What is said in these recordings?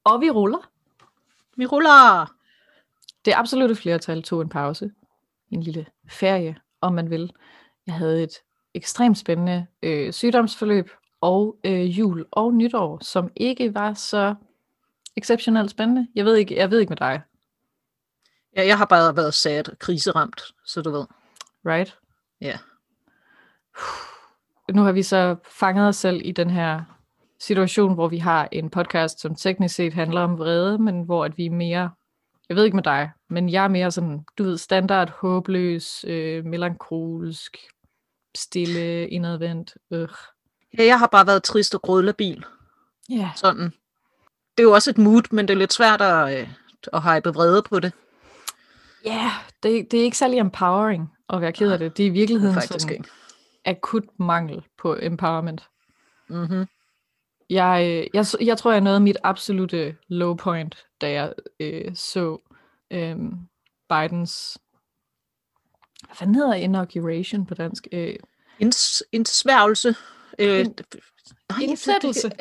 Og vi ruller. Vi ruller. Det absolutte flertal tog en pause. En lille ferie, om man vil. Jeg havde et ekstremt spændende sygdomsforløb og jul og nytår, som ikke var så exceptionelt spændende. Jeg ved ikke med dig. Ja, jeg har bare været sad og kriseramt, så du ved. Right? Ja. Nu har vi så fanget os selv i den her situation, hvor vi har en podcast, som teknisk set handler om vrede, men hvor at vi er mere, jeg ved ikke med dig, men jeg er mere sådan, du ved, standard, håbløs, melankolsk, stille, indadvendt. Ja, jeg har bare været trist og grødlabil. Ja. Yeah. Sådan. Det er jo også et mood, men det er lidt svært at hype vrede på det. Ja, yeah, det er ikke særlig empowering at være ked af det. Det er i virkeligheden sådan akut mangel på empowerment. Mhm. Jeg tror, jeg nåede mit absolute low point, da jeg så Bidens, hvad fanden hedder inauguration på dansk? Indsværgelse. Indsættelse.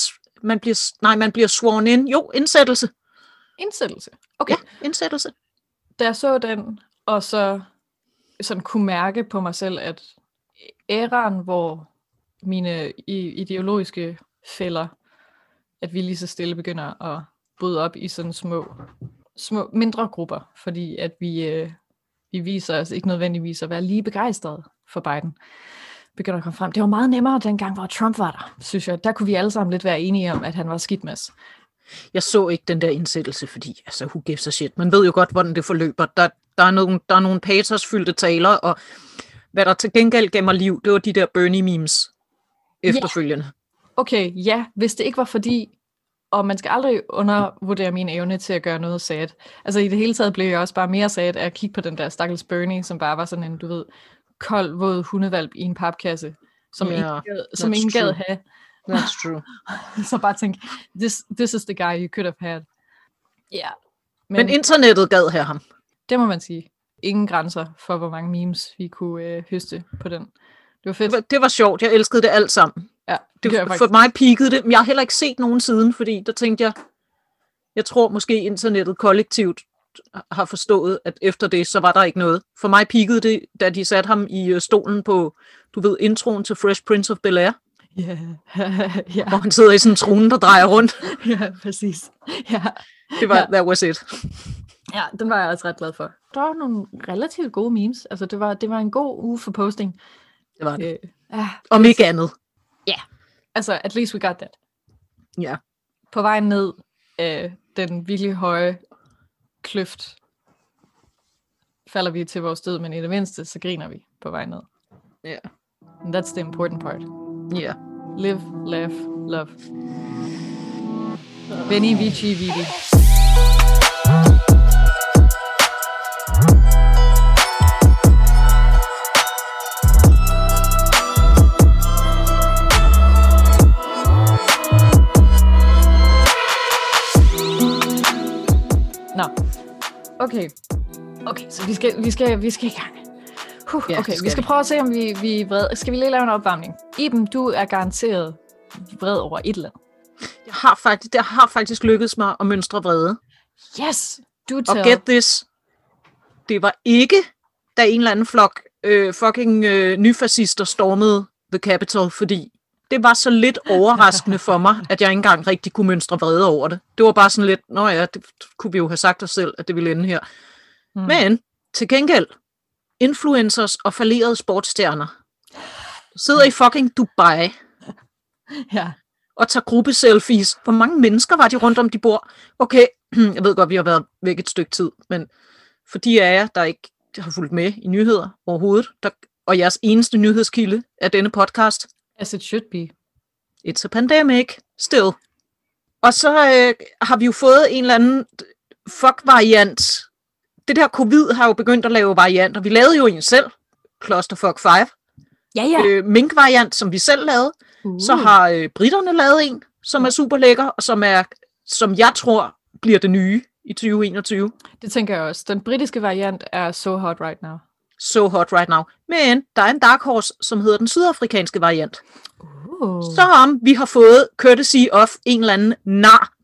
Man bliver sworn in. Jo, indsættelse. Indsættelse. Okay. Ja, indsættelse. Da jeg så den, og så sådan kunne mærke på mig selv, at æraen, hvor mine ideologiske fælder, at vi lige så stille begynder at bryde op i sådan små mindre grupper, fordi at vi viser os ikke nødvendigvis at være lige begejstrede for Biden, begynder at komme frem. Det var meget nemmere dengang, hvor Trump var der, synes jeg. Der kunne vi alle sammen lidt være enige om, at han var skidtmas. Jeg så ikke den der indsættelse, fordi altså, who gives a shit? Man ved jo godt, hvordan det forløber. Der er nogle patosfyldte taler, og hvad der til gengæld gav mig liv, det var de der Bernie-memes efterfølgende. Yeah. Okay, ja, hvis det ikke var fordi, og man skal aldrig undervurdere min evne til at gøre noget sad. Altså i det hele taget blev jeg også bare mere sad af at kigge på den der stakkels Bernie, som bare var sådan en, du ved, kold, våd hundevalp i en papkasse, som ingen gad have. That's true. Så bare tænk, this is the guy you could have had. Ja. Yeah. Men internettet gad have ham. Det må man sige. Ingen grænser for, hvor mange memes vi kunne høste på den. Det var fedt. Det var sjovt. Jeg elskede det alt sammen. Ja, for mig peakede det. Men jeg har heller ikke set nogen siden, fordi der tænkte jeg tror måske internettet kollektivt har forstået, at efter det, så var der ikke noget. For mig peakede det, da de satte ham i stolen på, du ved, introen til Fresh Prince of Bel-Air. Yeah. Hvor han sidder i sådan en trone, der drejer rundt. Ja, præcis. Ja. Det var, that was it. Ja, den var jeg også ret glad for. Der var nogle relativt gode memes. Altså, det var en god uge for posting. Det var det. Om ikke andet. Ja, yeah. Altså, at least we got that. Ja. Yeah. På vejen ned den virkelig høje kløft falder vi til vores død, men i det mindste, så griner vi på vej ned. Ja. Yeah. And that's the important part. Ja. Yeah. Live, laugh, love. Veni, vici, vidi. Nå. Okay, så vi skal i gang. Okay, vi skal prøve at se, om vi er vrede. Skal vi lige lave en opvarmning? Iben, du er garanteret vred over et eller andet. Det har faktisk lykkedes mig at mønstre vrede. Yes! Og get this. Det var ikke, da en eller anden flok fucking nyfascister stormede The Capitol, fordi det var så lidt overraskende for mig, at jeg ikke engang rigtig kunne mønstre vrede over det. Det var bare sådan lidt, nå ja, det kunne vi jo have sagt os selv, at det ville ende her. Men til gengæld, influencers og fallerede sportsstjerner sidder i fucking Dubai og tager gruppeselfies. Hvor mange mennesker var de rundt om de bor? Okay, jeg ved godt, vi har været væk et stykke tid, men for de af jer, der ikke har fulgt med i nyheder overhovedet, og jeres eneste nyhedskilde er denne podcast. As it should be. It's a pandemic, still. Og så har vi jo fået en eller anden fuck-variant. Det der covid har jo begyndt at lave varianter. Vi lavede jo en selv, Clusterfuck 5. Ja. Mink-variant, som vi selv lavede. Så har britterne lavet en, som er super lækker, og som jeg tror bliver det nye i 2021. Det tænker jeg også. Den britiske variant er so hot right now. So hot right now. Men der er en dark horse, som hedder den sydafrikanske variant. Som vi har fået courtesy of en eller anden nar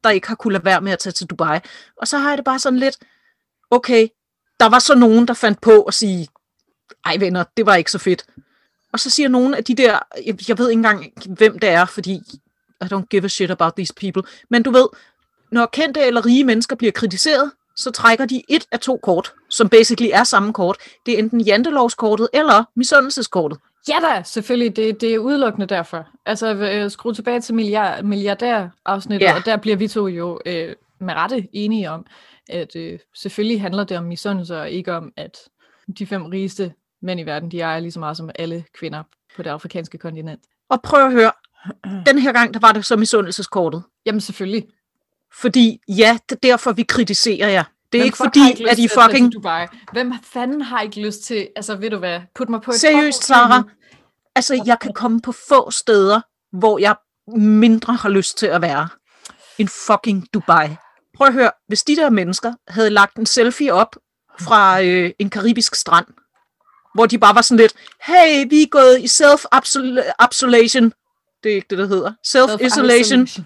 der ikke har kunnet lade være med at tage til Dubai. Og så har jeg det bare sådan lidt, okay, der var så nogen, der fandt på at sige, ej venner, det var ikke så fedt. Og så siger nogen af de der, jeg ved ikke engang, hvem det er, fordi I don't give a shit about these people, men du ved, når kendte eller rige mennesker bliver kritiseret, så trækker de 1 af 2 kort, som basically er samme kort. Det er enten jantelovskortet eller misundelseskortet. Ja da, selvfølgelig. Det er udelukkende derfor. Altså, skru tilbage til milliardærafsnittet, og der bliver vi to jo med rette enige om, at selvfølgelig handler det om misundelse, og ikke om, at de 5 rigeste mænd i verden, de ejer lige så meget som alle kvinder på det afrikanske kontinent. Og prøv at høre, den her gang, der var det så misundelseskortet. Jamen selvfølgelig. Fordi, ja, det er derfor, vi kritiserer jer. Det er ikke fordi, at I fucking... Dubai. Hvem fanden har ikke lyst til... Altså, ved du hvad? Put mig på et... Seriøst, Sarah. Altså, jeg kan komme på få steder, hvor jeg mindre har lyst til at være. En fucking Dubai. Prøv at høre, hvis de der mennesker havde lagt en selfie op fra en karibisk strand, hvor de bare var sådan lidt, hey, vi er gået i self-isolation. Det er ikke det, der hedder. Self-isolation.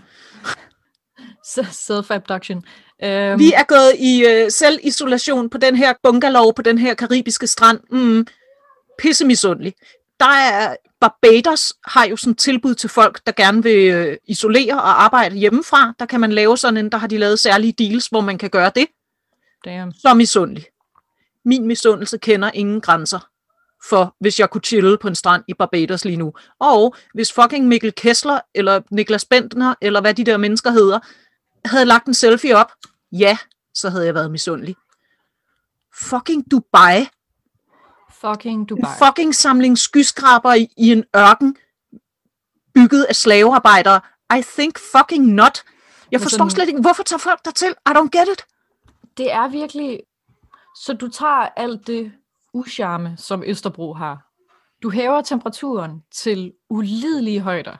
Self-abduction. Vi er gået i selvisolation på den her bungalow, på den her karibiske strand. Pissemisundelig. Der er Barbados har jo sådan et tilbud til folk, der gerne vil isolere og arbejde hjemmefra. Der kan man lave sådan en, der har de lavet særlige deals, hvor man kan gøre det. Damn. Så misundelig. Min misundelse kender ingen grænser for, hvis jeg kunne chille på en strand i Barbados lige nu. Og hvis fucking Mikkel Kessler, eller Niklas Bentner, eller hvad de der mennesker hedder, havde lagt en selfie op, ja, så havde jeg været misundelig. Fucking Dubai. Fucking Dubai. En fucking samling skyskraber i en ørken, bygget af slavearbejdere. I think fucking not. Jeg forstår slet ikke, hvorfor tager folk dertil? I don't get it. Det er virkelig... Så du tager alt det uscharme, som Østerbro har. Du hæver temperaturen til ulidelige højder.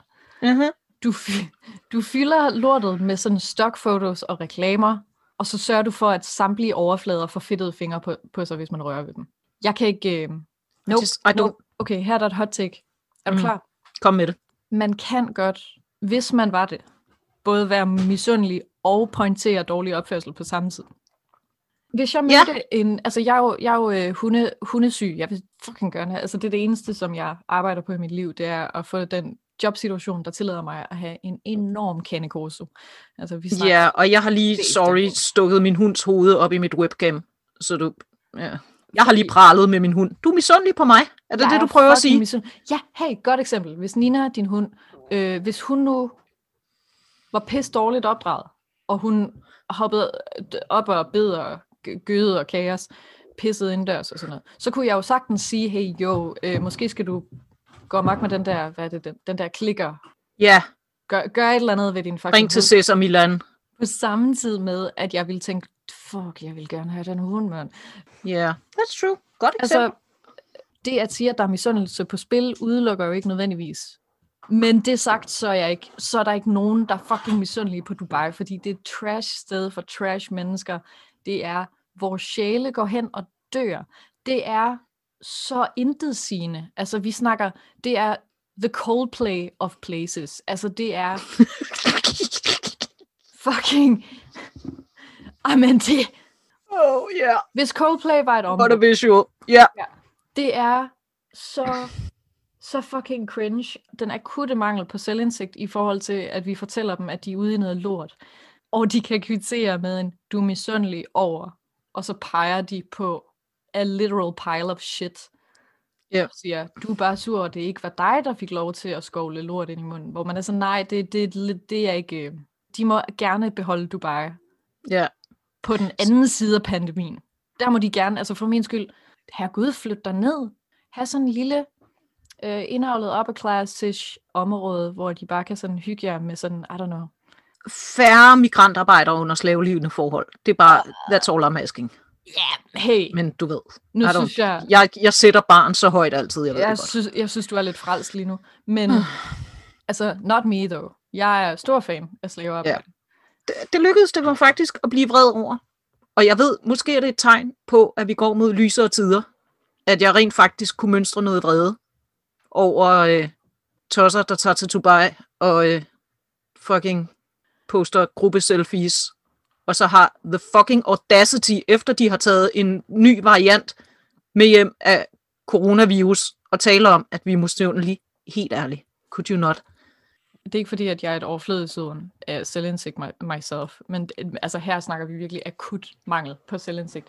Du fylder lortet med sådan stockfotos og reklamer, og så sørger du for, at samtlige overflader får fedtede fingre på sig, hvis man rører ved dem. Jeg kan ikke... Nope. Okay, her er der et hot take. Er du klar? Kom med det. Man kan godt, hvis man var det, både være misundelig og pointere dårlig opførsel på samme tid. Hvis jeg mødte en... Altså, jeg er jo hundesyg. Jeg vil fucking gøre det. Altså, det er det eneste, som jeg arbejder på i mit liv, det er at få den jobsituation, der tillader mig at have en enorm kanekorso. Altså, og jeg har lige, stukket min hunds hoved op i mit webcam. Så du... Ja. Jeg har lige pralet med min hund. Du er misundelig på mig. Er det det, du prøver at sige? Ja, hey, godt eksempel. Hvis Nina, din hund, hvis hun nu var pisse dårligt opdraget, og hun hoppede op og bed og gøde og kaos, pissede indendørs og sådan noget, så kunne jeg jo sagtens sige, hey, måske skal du gå amok med den der, den der klikker. Ja. Gør et eller andet ved din fucking Ring til Sesam Milan. På samme tid med, at jeg ville tænke, fuck, jeg vil gerne have den hund, mand. Yeah, that's true. Godt eksempel. Altså, det at sige, at der er misundelse på spil, udelukker jo ikke nødvendigvis. Men det sagt, så er der ikke nogen, der er fucking misundelige på Dubai, fordi det er et trash sted for trash mennesker. Det er, hvor sjæle går hen og dør. Det er så intetsigende. Altså, vi snakker, det er the Coldplay of places. Altså, det er fucking... Amen, det... Oh, yeah. Hvis Coldplay var et område... What a visual. Yeah. Ja. Det er så fucking cringe. Den akutte mangel på selvindsigt i forhold til, at vi fortæller dem, at de er ude i noget lort. Og de kan kvittere med en, du er misundelig over. Og så peger de på a literal pile of shit. Ja. Og siger, du er bare sur, og det ikke var dig, der fik lov til at skovle lort ind i munden. Hvor man er sådan, nej, det er ikke... De må gerne beholde Dubai. Ja. På den anden side af pandemien. Der må de gerne, altså for min skyld, herregud, flyt dig ned. Ha' sådan en lille indavlet upper class-ish område, hvor de bare kan sådan hygge jer med sådan, I don't know. Færre migrantarbejdere under slavelignende forhold. Det er bare, that's all I'm asking. Ja, hey. Men du ved. Nu synes jeg sætter barn så højt altid, jeg synes, du er lidt frelst lige nu. Men, altså, not me though. Jeg er stor fan af slavearbejde. Ja. Det lykkedes det var faktisk at blive vred over. Og jeg ved, måske er det et tegn på, at vi går mod lysere tider. At jeg rent faktisk kunne mønstre noget vrede over tosser, der tager til Dubai og fucking poster gruppeselfies, og så har the fucking audacity, efter de har taget en ny variant med hjem af coronavirus, og taler om, at vi må stævnelig, helt ærligt, could you not? Det er ikke fordi, at jeg er et overflødighedssiden af selvindsigt myself, men altså her snakker vi virkelig akut mangel på selvindsigt.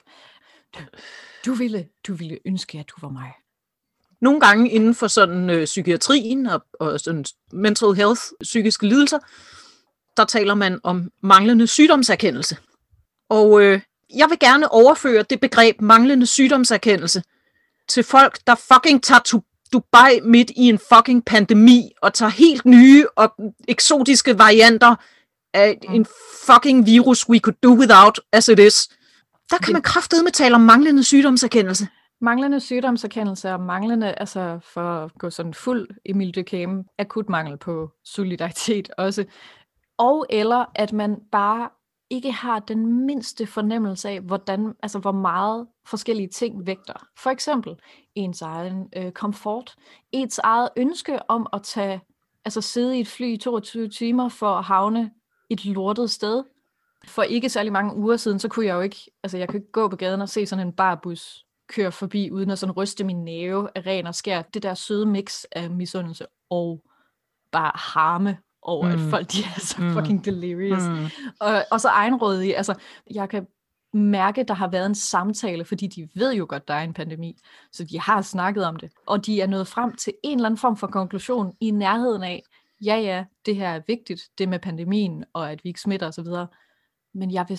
Du ville ønske, at du var mig. Nogle gange inden for sådan psykiatrien og sådan mental health, psykiske lidelser, der taler man om manglende sygdomserkendelse. Og jeg vil gerne overføre det begreb manglende sygdomserkendelse til folk, der fucking tager til Dubai midt i en fucking pandemi, og tager helt nye og eksotiske varianter af en fucking virus we could do without as it is. Der kan man kraftedeme tale om manglende sygdomserkendelse. Manglende sygdomserkendelse og manglende, altså for at gå sådan fuld Emil Durkheim, akut mangel på solidaritet også. Og eller at man bare ikke har den mindste fornemmelse af, hvor meget forskellige ting vægter. For eksempel ens egen komfort, ens eget ønske om at sidde i et fly i 22 timer for at havne et lortet sted. For ikke særlig mange uger siden, så kunne jeg jo ikke, jeg kunne ikke gå på gaden og se sådan en barbus køre forbi, uden at sådan ryste min næve af ren og skær. Det der søde mix af misundelse og bare harme over, at folk de er så fucking delirious. Og så egenrådige. Jeg kan mærke, at der har været en samtale, fordi de ved jo godt, der er en pandemi, så de har snakket om det. Og de er nået frem til en eller anden form for konklusion i nærheden af, ja, det her er vigtigt, det med pandemien, og at vi ikke smitter osv., men jeg vil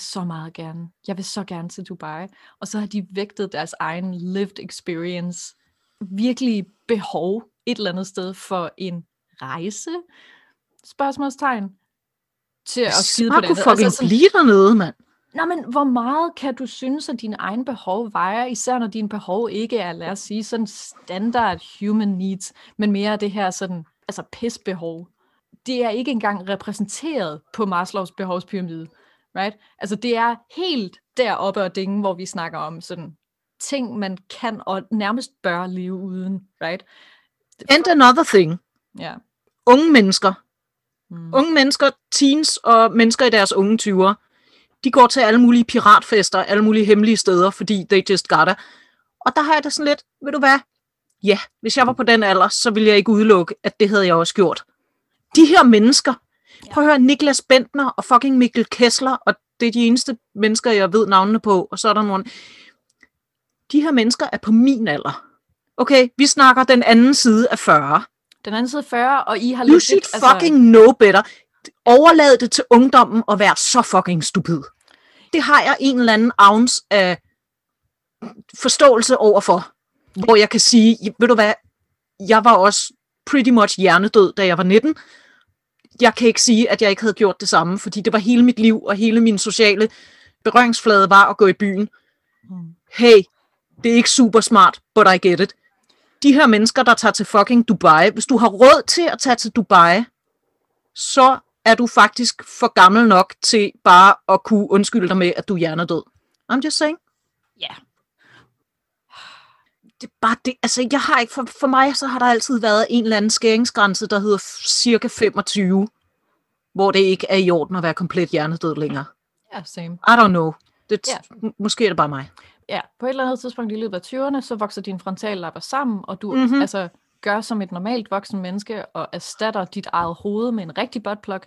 så gerne til Dubai. Og så har de vægtet deres egen lived experience, virkelig behov et eller andet sted for en rejse, spørgsmålstegn, til at skide på det. Jeg kunne fucking blive dernede, mand. Nå, men hvor meget kan du synes, at dine egne behov vejer, især når dine behov ikke er, lad os sige, sådan standard human needs, men mere det her sådan, pisbehov. Det er ikke engang repræsenteret på Maslows behovspyramide. Right? Det er helt deroppe og dinge, hvor vi snakker om sådan ting, man kan og nærmest bør leve uden. Right? And another thing. Yeah. Unge mennesker. Unge mennesker, teens og mennesker i deres unge 20'er, de går til alle mulige piratfester, alle mulige hemmelige steder, fordi they just gotta. Og der har jeg det sådan lidt, ved du hvad? Ja, hvis jeg var på den alder, så ville jeg ikke udelukke, at det havde jeg også gjort. De her mennesker, prøv at høre, Niklas Bentner og fucking Mikkel Kessler, og det er de eneste mennesker, jeg ved navnene på, og så er der nogle. De her mennesker er på min alder. Okay, vi snakker den anden side af 40. Den anden side af 40, og I har you should fucking know better. Overlad det til ungdommen og være så fucking stupid. Det har jeg en eller anden ounce af forståelse overfor, hvor jeg kan sige, ved du hvad, jeg var også pretty much hjernedød, da jeg var 19. Jeg kan ikke sige, at jeg ikke havde gjort det samme, fordi det var hele mit liv, og hele min sociale berøringsflade var at gå i byen. Hey, det er ikke super smart, but I get it. De her mennesker, der tager til fucking Dubai, hvis du har råd til at tage til Dubai, så er du faktisk for gammel nok til bare at kunne undskylde dig med, at du er hjernedød. I'm just saying. Ja. Yeah. Det er bare det, jeg har ikke, for mig så har der altid været en eller anden skæringsgrænse, der hedder cirka 25, hvor det ikke er i orden at være komplet hjernedød længere. Ja, yeah, same. I don't know. Måske er det bare mig. Ja, på et eller andet tidspunkt i løbet af 20'erne, så vokser dine frontallapper sammen, og du gør som et normalt voksen menneske, og erstatter dit eget hoved med en rigtig buttplug.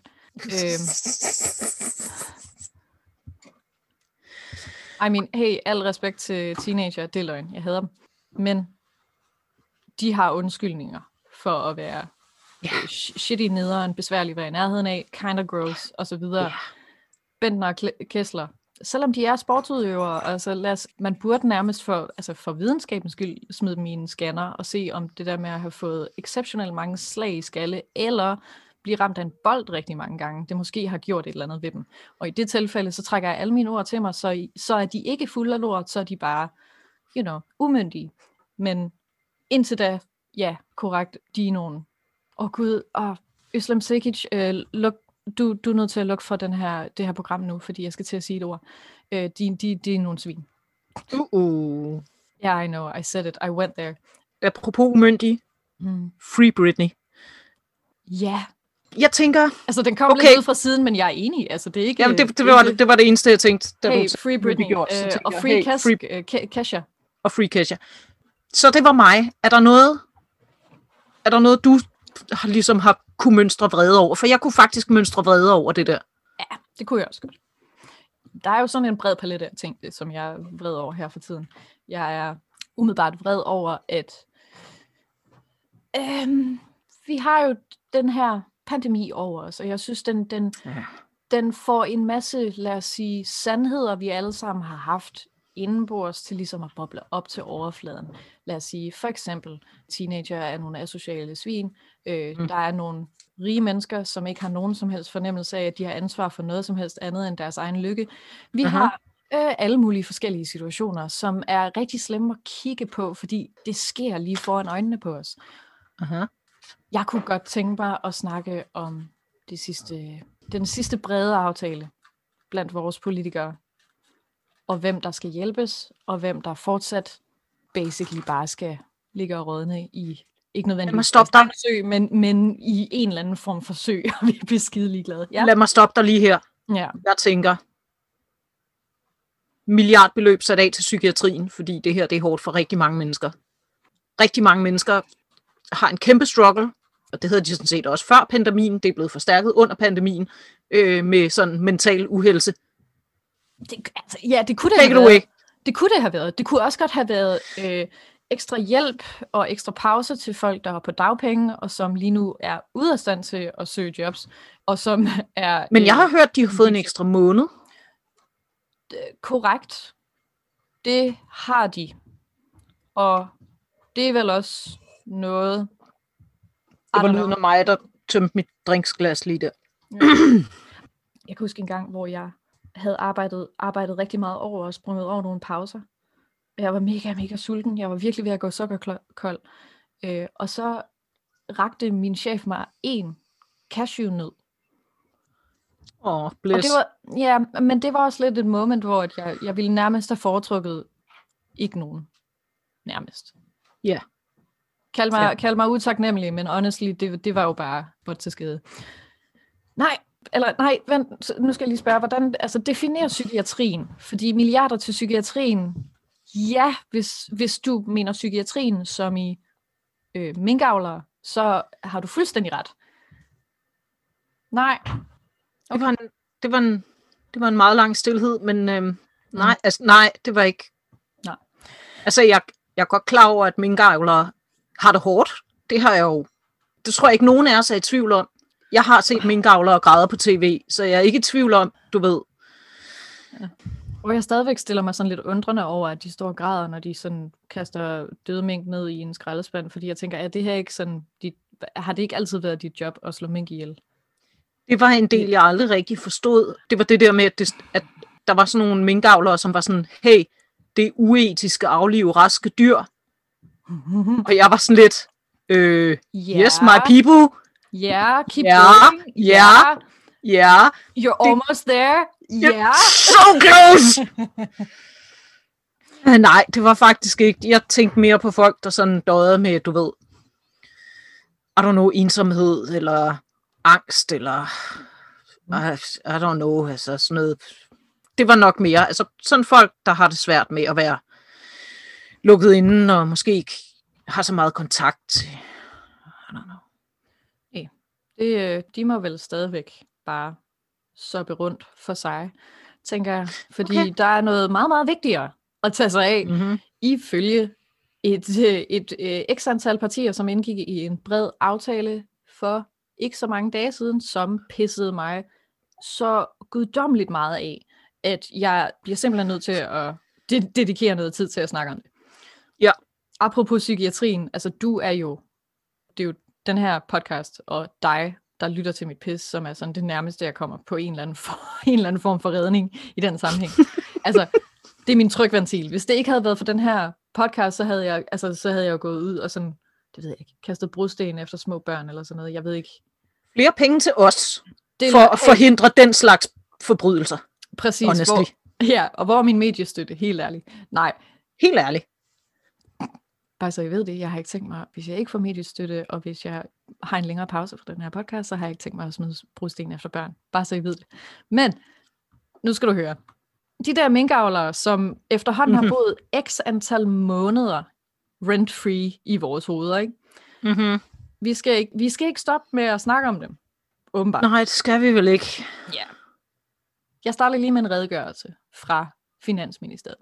Hey, al respekt til teenager, det er løgn, jeg hader dem. Men de har undskyldninger for at være shitty nederen, besværlig at være i nærheden af, kind of gross, og så videre. Bentner og Kessler, selvom de er sportsudøvere, man burde nærmest for videnskabens skyld smide dem i en scanner og se om det der med at have fået exceptionelt mange slag i skalle, eller blive ramt af en bold rigtig mange gange, det måske har gjort et eller andet ved dem. Og i det tilfælde, så trækker jeg alle mine ord til mig, så er de ikke fulde af lort, så er de bare, umyndige. Men indtil da, ja, korrekt, de er nogen. Gud, Özlem Cekic, du er nødt til at lukke for det her program nu, fordi jeg skal til at sige et ord. De er nogle svin. Yeah, I know, I said it, I went there. Apropos umyndige, Free Britney. Ja, jeg tænker... Altså, den kom lidt ud fra siden, men jeg er enig. Altså, det er ikke... Jamen, det var det eneste, jeg tænkte. Da hey, du Free Britney, gjort, så og jeg, Free Kesha. Og Free Kesha. Så det var mig. Er der noget du ligesom har kunne mønstre vrede over? For jeg kunne faktisk mønstre vrede over det der. Ja, det kunne jeg også godt. Der er jo sådan en bred palet af ting, som jeg er vred over her for tiden. Jeg er umiddelbart vred over, at vi har jo den her pandemi over os, og jeg synes, den får en masse, lad os sige, sandheder, vi alle sammen har haft indenbords til ligesom at boble op til overfladen. Lad os sige, for eksempel, teenager er nogle asociale svin. Der er nogle rige mennesker, som ikke har nogen som helst fornemmelse af, at de har ansvar for noget som helst andet end deres egen lykke. Vi har alle mulige forskellige situationer, som er rigtig slemme at kigge på, fordi det sker lige foran øjnene på os. Jeg kunne godt tænke mig at snakke om den sidste brede aftale blandt vores politikere, og hvem der skal hjælpes, og hvem der fortsat basically bare skal ligge og rådne i, ikke nødvendigvis forsøg, men i en eller anden form for søg, og vi bliver skide ligeglade. Ja. Lad mig stoppe dig lige her. Ja. Jeg tænker, milliardbeløb sat af til psykiatrien, fordi det her det er hårdt for rigtig mange mennesker. Rigtig mange mennesker har en kæmpe struggle, og det havde de sådan set også før pandemien, det er blevet forstærket under pandemien, med sådan mental uhelse. Det kunne det have været. Det kunne det have været. Det kunne også godt have været ekstra hjælp og ekstra pauser til folk, der er på dagpenge, og som lige nu er ude af stand til at søge jobs, og som er... Men jeg har hørt, de har fået en ekstra måned. Korrekt. Det har de. Og det er vel også noget... Det var lyden af mig, der tømte mit drinksglas lige der. Ja. Jeg kan huske en gang, hvor jeg havde arbejdet rigtig meget over og sprunget over nogle pauser. Jeg var mega sulten. Jeg var virkelig ved at gå sukkerkold. Og så rakte min chef mig en cashewnød. Bliss. Men det var også lidt et moment, hvor jeg ville nærmest have foretrukket ikke nogen. Nærmest. Ja. Yeah. Kald mig utaknemmelig, men honestly, det var jo bare bort til skade. Nej, vent, nu skal jeg lige spørge, hvordan definerer psykiatrien? Fordi milliarder til psykiatrien, ja, hvis du mener psykiatrien som i minkavlere, så har du fuldstændig ret. Nej. Okay. Det var en meget lang stilhed, men nej, det var ikke. Nej. Altså, jeg er godt klar over, at minkavlere har det hårdt. Det har jeg jo. Det tror jeg ikke, nogen af os er i tvivl om. Jeg har set minkavlere græde på tv, så jeg er ikke i tvivl om, du ved. Ja. Og jeg stadigvæk stiller mig sådan lidt undrende over, at de står og græder, når de sådan kaster døde mink ned i en skraldespand, fordi jeg tænker, det her ikke sådan, har det ikke altid været dit job at slå mink ihjel? Det var en del, jeg aldrig rigtig forstod. Det var det der med, at der var sådan nogle minkavlere, som var sådan, hey, det er uetisk at aflive raske dyr. Og jeg var sådan lidt, yes, my people. Yeah, keep going. Yeah. You're almost there. Yeah. So close! Nej, det var faktisk ikke. Jeg tænkte mere på folk, der sådan døde med, du ved, I don't know, ensomhed, eller angst, eller I don't know, altså sådan noget. Det var nok mere, altså sådan folk, der har det svært med at være lukket inde, og måske ikke har så meget kontakt til, I don't know. De må vel stadigvæk bare soppe rundt for sig, tænker jeg. Fordi der er noget meget, meget vigtigere at tage sig af, ifølge et x antal partier, som indgik i en bred aftale for ikke så mange dage siden, som pissede mig så guddommeligt meget af, at jeg bliver simpelthen nødt til at dedikere noget tid til at snakke om det. Ja. Apropos psykiatrien, altså det er jo den her podcast, og dig, der lytter til mit pis, som er sådan det nærmeste, jeg kommer på en eller anden form for redning i den sammenhæng. Altså, det er min trykventil. Hvis det ikke havde været for den her podcast, så havde jeg jo gået ud og sådan, det ved jeg ikke, kastet brosten efter små børn eller sådan noget. Jeg ved ikke. Flere penge til os, for at forhindre den slags forbrydelser. Præcis. Og hvor er min mediestøtte? Helt ærligt. Nej. Helt ærligt. Bare så I ved det, jeg har ikke tænkt mig, hvis jeg ikke får mediestøtte, og hvis jeg har en længere pause fra den her podcast, så har jeg ikke tænkt mig at smide brosten efter børn. Bare så I ved det. Men, nu skal du høre. De der minkavlere, som efterhånden har boet x antal måneder rent-free i vores hoveder, ikke? Mm-hmm. Vi skal ikke stoppe med at snakke om dem, åbenbart. Nej, det skal vi vel ikke. Ja. Jeg starter lige med en redegørelse fra Finansministeriet.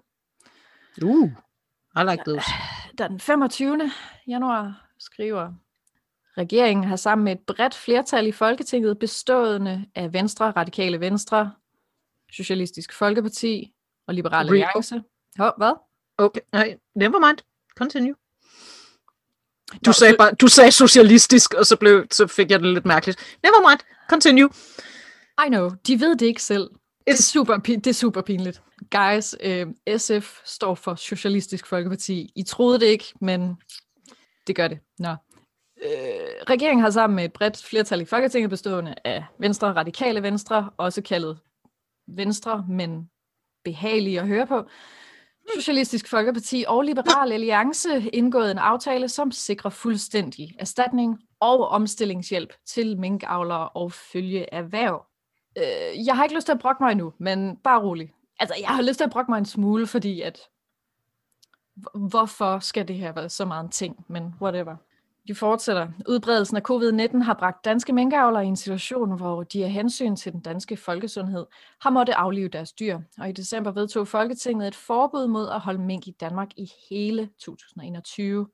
I like those. Den 25. januar skriver: Regeringen har sammen med et bredt flertal i Folketinget bestående af Venstre, Radikale Venstre, Socialistisk Folkeparti og Liberal Alliance. Hvad? Okay, never mind. Continue. Du sagde socialistisk, og så fik jeg det lidt mærkeligt. Never mind. Continue. I know. De ved det ikke selv. Det er super pinligt. Guys, SF står for Socialistisk Folkeparti. I troede det ikke, men det gør det. Nå. Regeringen har sammen med et bredt flertal i Folketinget bestående af Venstre, Radikale Venstre, også kaldet Venstre, men behagelige at høre på, Socialistisk Folkeparti og Liberal Alliance indgået en aftale, som sikrer fuldstændig erstatning og omstillingshjælp til minkavlere og følgeerhverv. Jeg har ikke lyst til at brokke mig endnu, men bare rolig. Altså, jeg har lyst til at brokke mig en smule, fordi at hvorfor skal det her være så meget en ting, men whatever. De fortsætter. Udbredelsen af covid-19 har bragt danske minkavlere i en situation, hvor de af hensyn til den danske folkesundhed har måttet aflive deres dyr. Og i december vedtog Folketinget et forbud mod at holde mink i Danmark i hele 2021.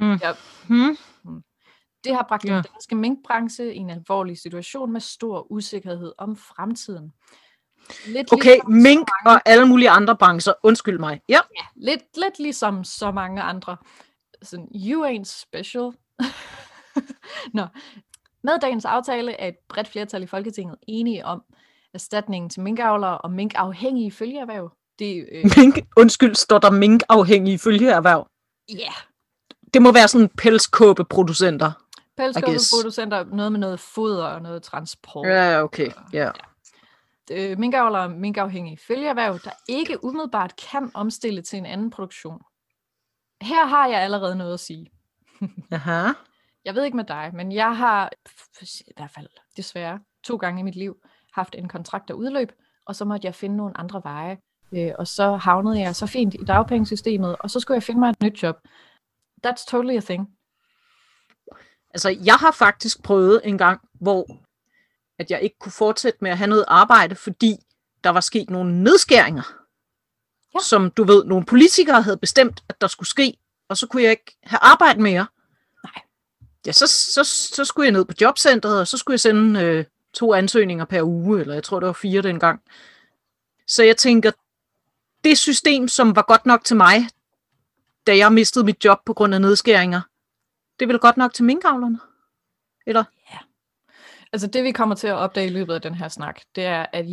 Det har bragt den danske minkbranche i en alvorlig situation med stor usikkerhed om fremtiden. Mink og alle mulige andre brancher. Undskyld mig. Ja. Lidt ligesom så mange andre. Sådan, you ain't special. Nå. Med dagens aftale er et bredt flertal i Folketinget enige om erstatningen til minkavlere og minkafhængige følgeerhverv. Står der minkafhængige følgeerhverv? Ja. Yeah. Det må være sådan pelskåbeproducenter. Pelskåbeproducenter, noget med noget foder og noget transport. Ja, okay. Yeah. Minkavlere og minkafhængige følgeerhverv, der ikke umiddelbart kan omstille til en anden produktion. Her har jeg allerede noget at sige. Aha. Jeg ved ikke med dig, men jeg har i hvert fald desværre 2 gange i mit liv haft en kontrakt, der udløb, og så måtte jeg finde nogle andre veje. Og så havnede jeg så fint i dagpengesystemet, og så skulle jeg finde mig et nyt job. That's totally a thing. Altså, jeg har faktisk prøvet en gang, hvor at jeg ikke kunne fortsætte med at have noget arbejde, fordi der var sket nogle nedskæringer, som du ved, nogle politikere havde bestemt, at der skulle ske, og så kunne jeg ikke have arbejde mere. Nej. Ja, så skulle jeg ned på jobcentret, og så skulle jeg sende 2 ansøgninger per uge, eller jeg tror, det var 4 dengang. Så jeg tænker, det system, som var godt nok til mig, da jeg mistede mit job på grund af nedskæringer, det er vel godt nok til minkavlerne? Eller? Ja. Altså det, vi kommer til at opdage i løbet af den her snak, det er, at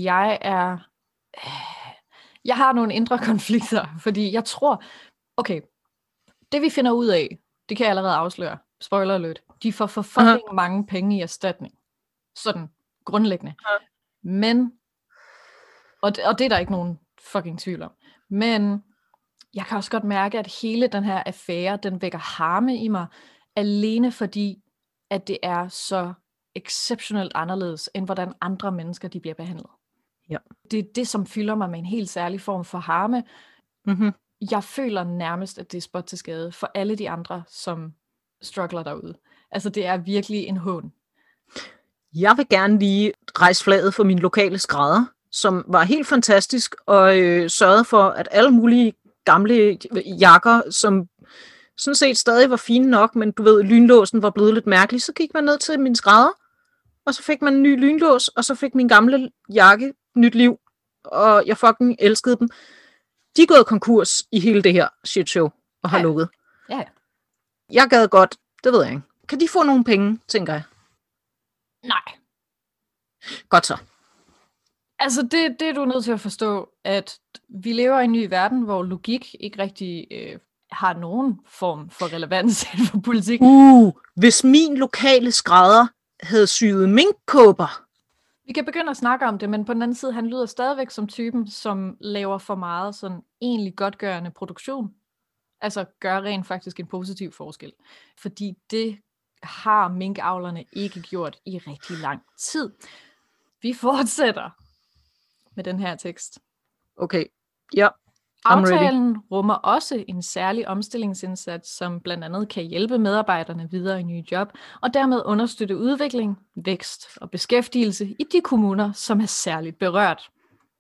jeg har nogle indre konflikter, fordi jeg tror, okay, det vi finder ud af, det kan jeg allerede afsløre, spoiler alert, de får for fucking mange penge i erstatning. Sådan grundlæggende. Men, og det er der ikke nogen fucking tvivl om, men jeg kan også godt mærke, at hele den her affære, den vækker harme i mig, alene fordi, at det er så exceptionelt anderledes, end hvordan andre mennesker, de bliver behandlet. Ja. Det er det, som fylder mig med en helt særlig form for harme. Mm-hmm. Jeg føler nærmest, at det er spot til skade for alle de andre, som struggler derude. Altså, det er virkelig en hån. Jeg vil gerne lige rejse flaget for min lokale skrædder, som var helt fantastisk, og sørgede for, at alle mulige gamle jakker, som sådan set stadig var fine nok, men du ved, lynlåsen var blevet lidt mærkelig, så gik man ned til min skrædder, og så fik man en ny lynlås, og så fik min gamle jakke nyt liv, og jeg fucking elskede dem. De er gået konkurs i hele det her shit show, og har lukket. Ja. Jeg gad godt, det ved jeg ikke. Kan de få nogle penge, tænker jeg? Nej. Godt så. Altså, det er du nødt til at forstå, at vi lever i en ny verden, hvor logik ikke rigtig har nogen form for relevans inden for politik. Hvis min lokale skrædder havde syet minkkåber. Vi kan begynde at snakke om det, men på den anden side, han lyder stadigvæk som typen, som laver for meget sådan egentlig godtgørende produktion. Altså gør rent faktisk en positiv forskel. Fordi det har minkavlerne ikke gjort i rigtig lang tid. Vi fortsætter med den her tekst. Okay, ja. Aftalen rummer også en særlig omstillingsindsats, som blandt andet kan hjælpe medarbejderne videre i nye job, og dermed understøtte udvikling, vækst og beskæftigelse i de kommuner, som er særligt berørt.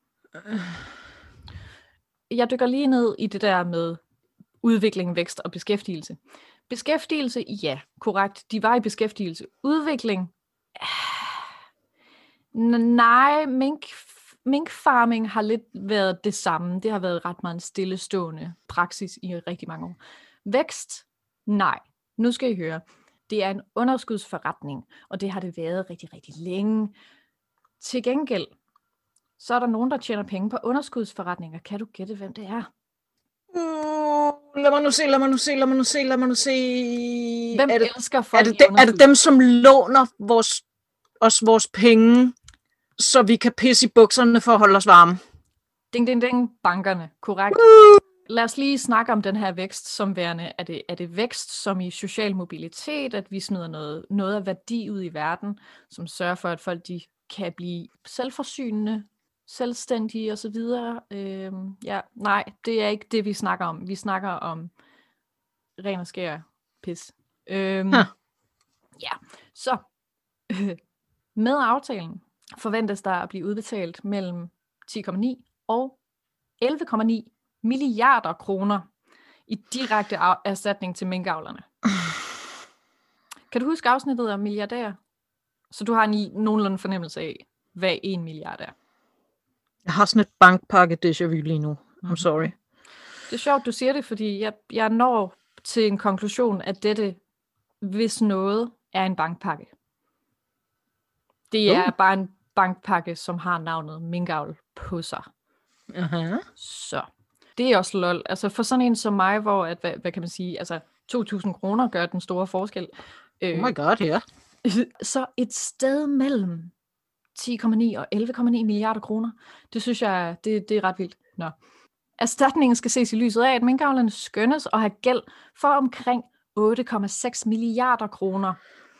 Jeg dykker lige ned i det der med udvikling, vækst og beskæftigelse. Beskæftigelse, ja, korrekt. De var i beskæftigelse. Udvikling, nej, minkfarming har lidt været det samme. Det har været ret meget en stillestående praksis i rigtig mange år. Vækst, nej. Nu skal I høre. Det er en underskudsforretning, og det har det været rigtig, rigtig længe. Til gengæld, så er der nogen, der tjener penge på underskudsforretninger. Kan du gætte, hvem det er? Lad mig nu se. Hvem elsker folk er det dem, som låner vores penge, så vi kan pisse i bukserne for at holde os varme? Ding, ding, ding. Bankerne. Korrekt. Lad os lige snakke om den her vækst som værende. Er det vækst som i social mobilitet, at vi smider noget af værdi ud i verden, som sørger for, at folk de kan blive selvforsynende, selvstændige osv.? Ja, nej, det er ikke det, vi snakker om. Vi snakker om ren og skær pis. Ja, så med aftalen forventes der at blive udbetalt mellem 10,9 og 11,9 milliarder kroner i direkte erstatning til minkavlerne. Kan du huske afsnittet om milliardær? Så du har en nogenlunde fornemmelse af, hvad 1 milliard er. Jeg har sådan et bankpakke déjà vu lige nu. I'm sorry. Det er sjovt, du siger det, fordi jeg når til en konklusion, at dette, hvis noget, er en bankpakke. Det er bare en bankpakke, som har navnet minkavl på sig. Så det er også lol. Altså for sådan en som mig, hvor at, hvad kan man sige, altså 2.000 kroner gør den store forskel. Oh my god, ja. Så et sted mellem 10,9 og 11,9 milliarder kroner, det synes jeg, det er ret vildt. Nå. Erstatningen skal ses i lyset af, at minkavlerne skønnes at have gæld for omkring 8,6 milliarder kroner.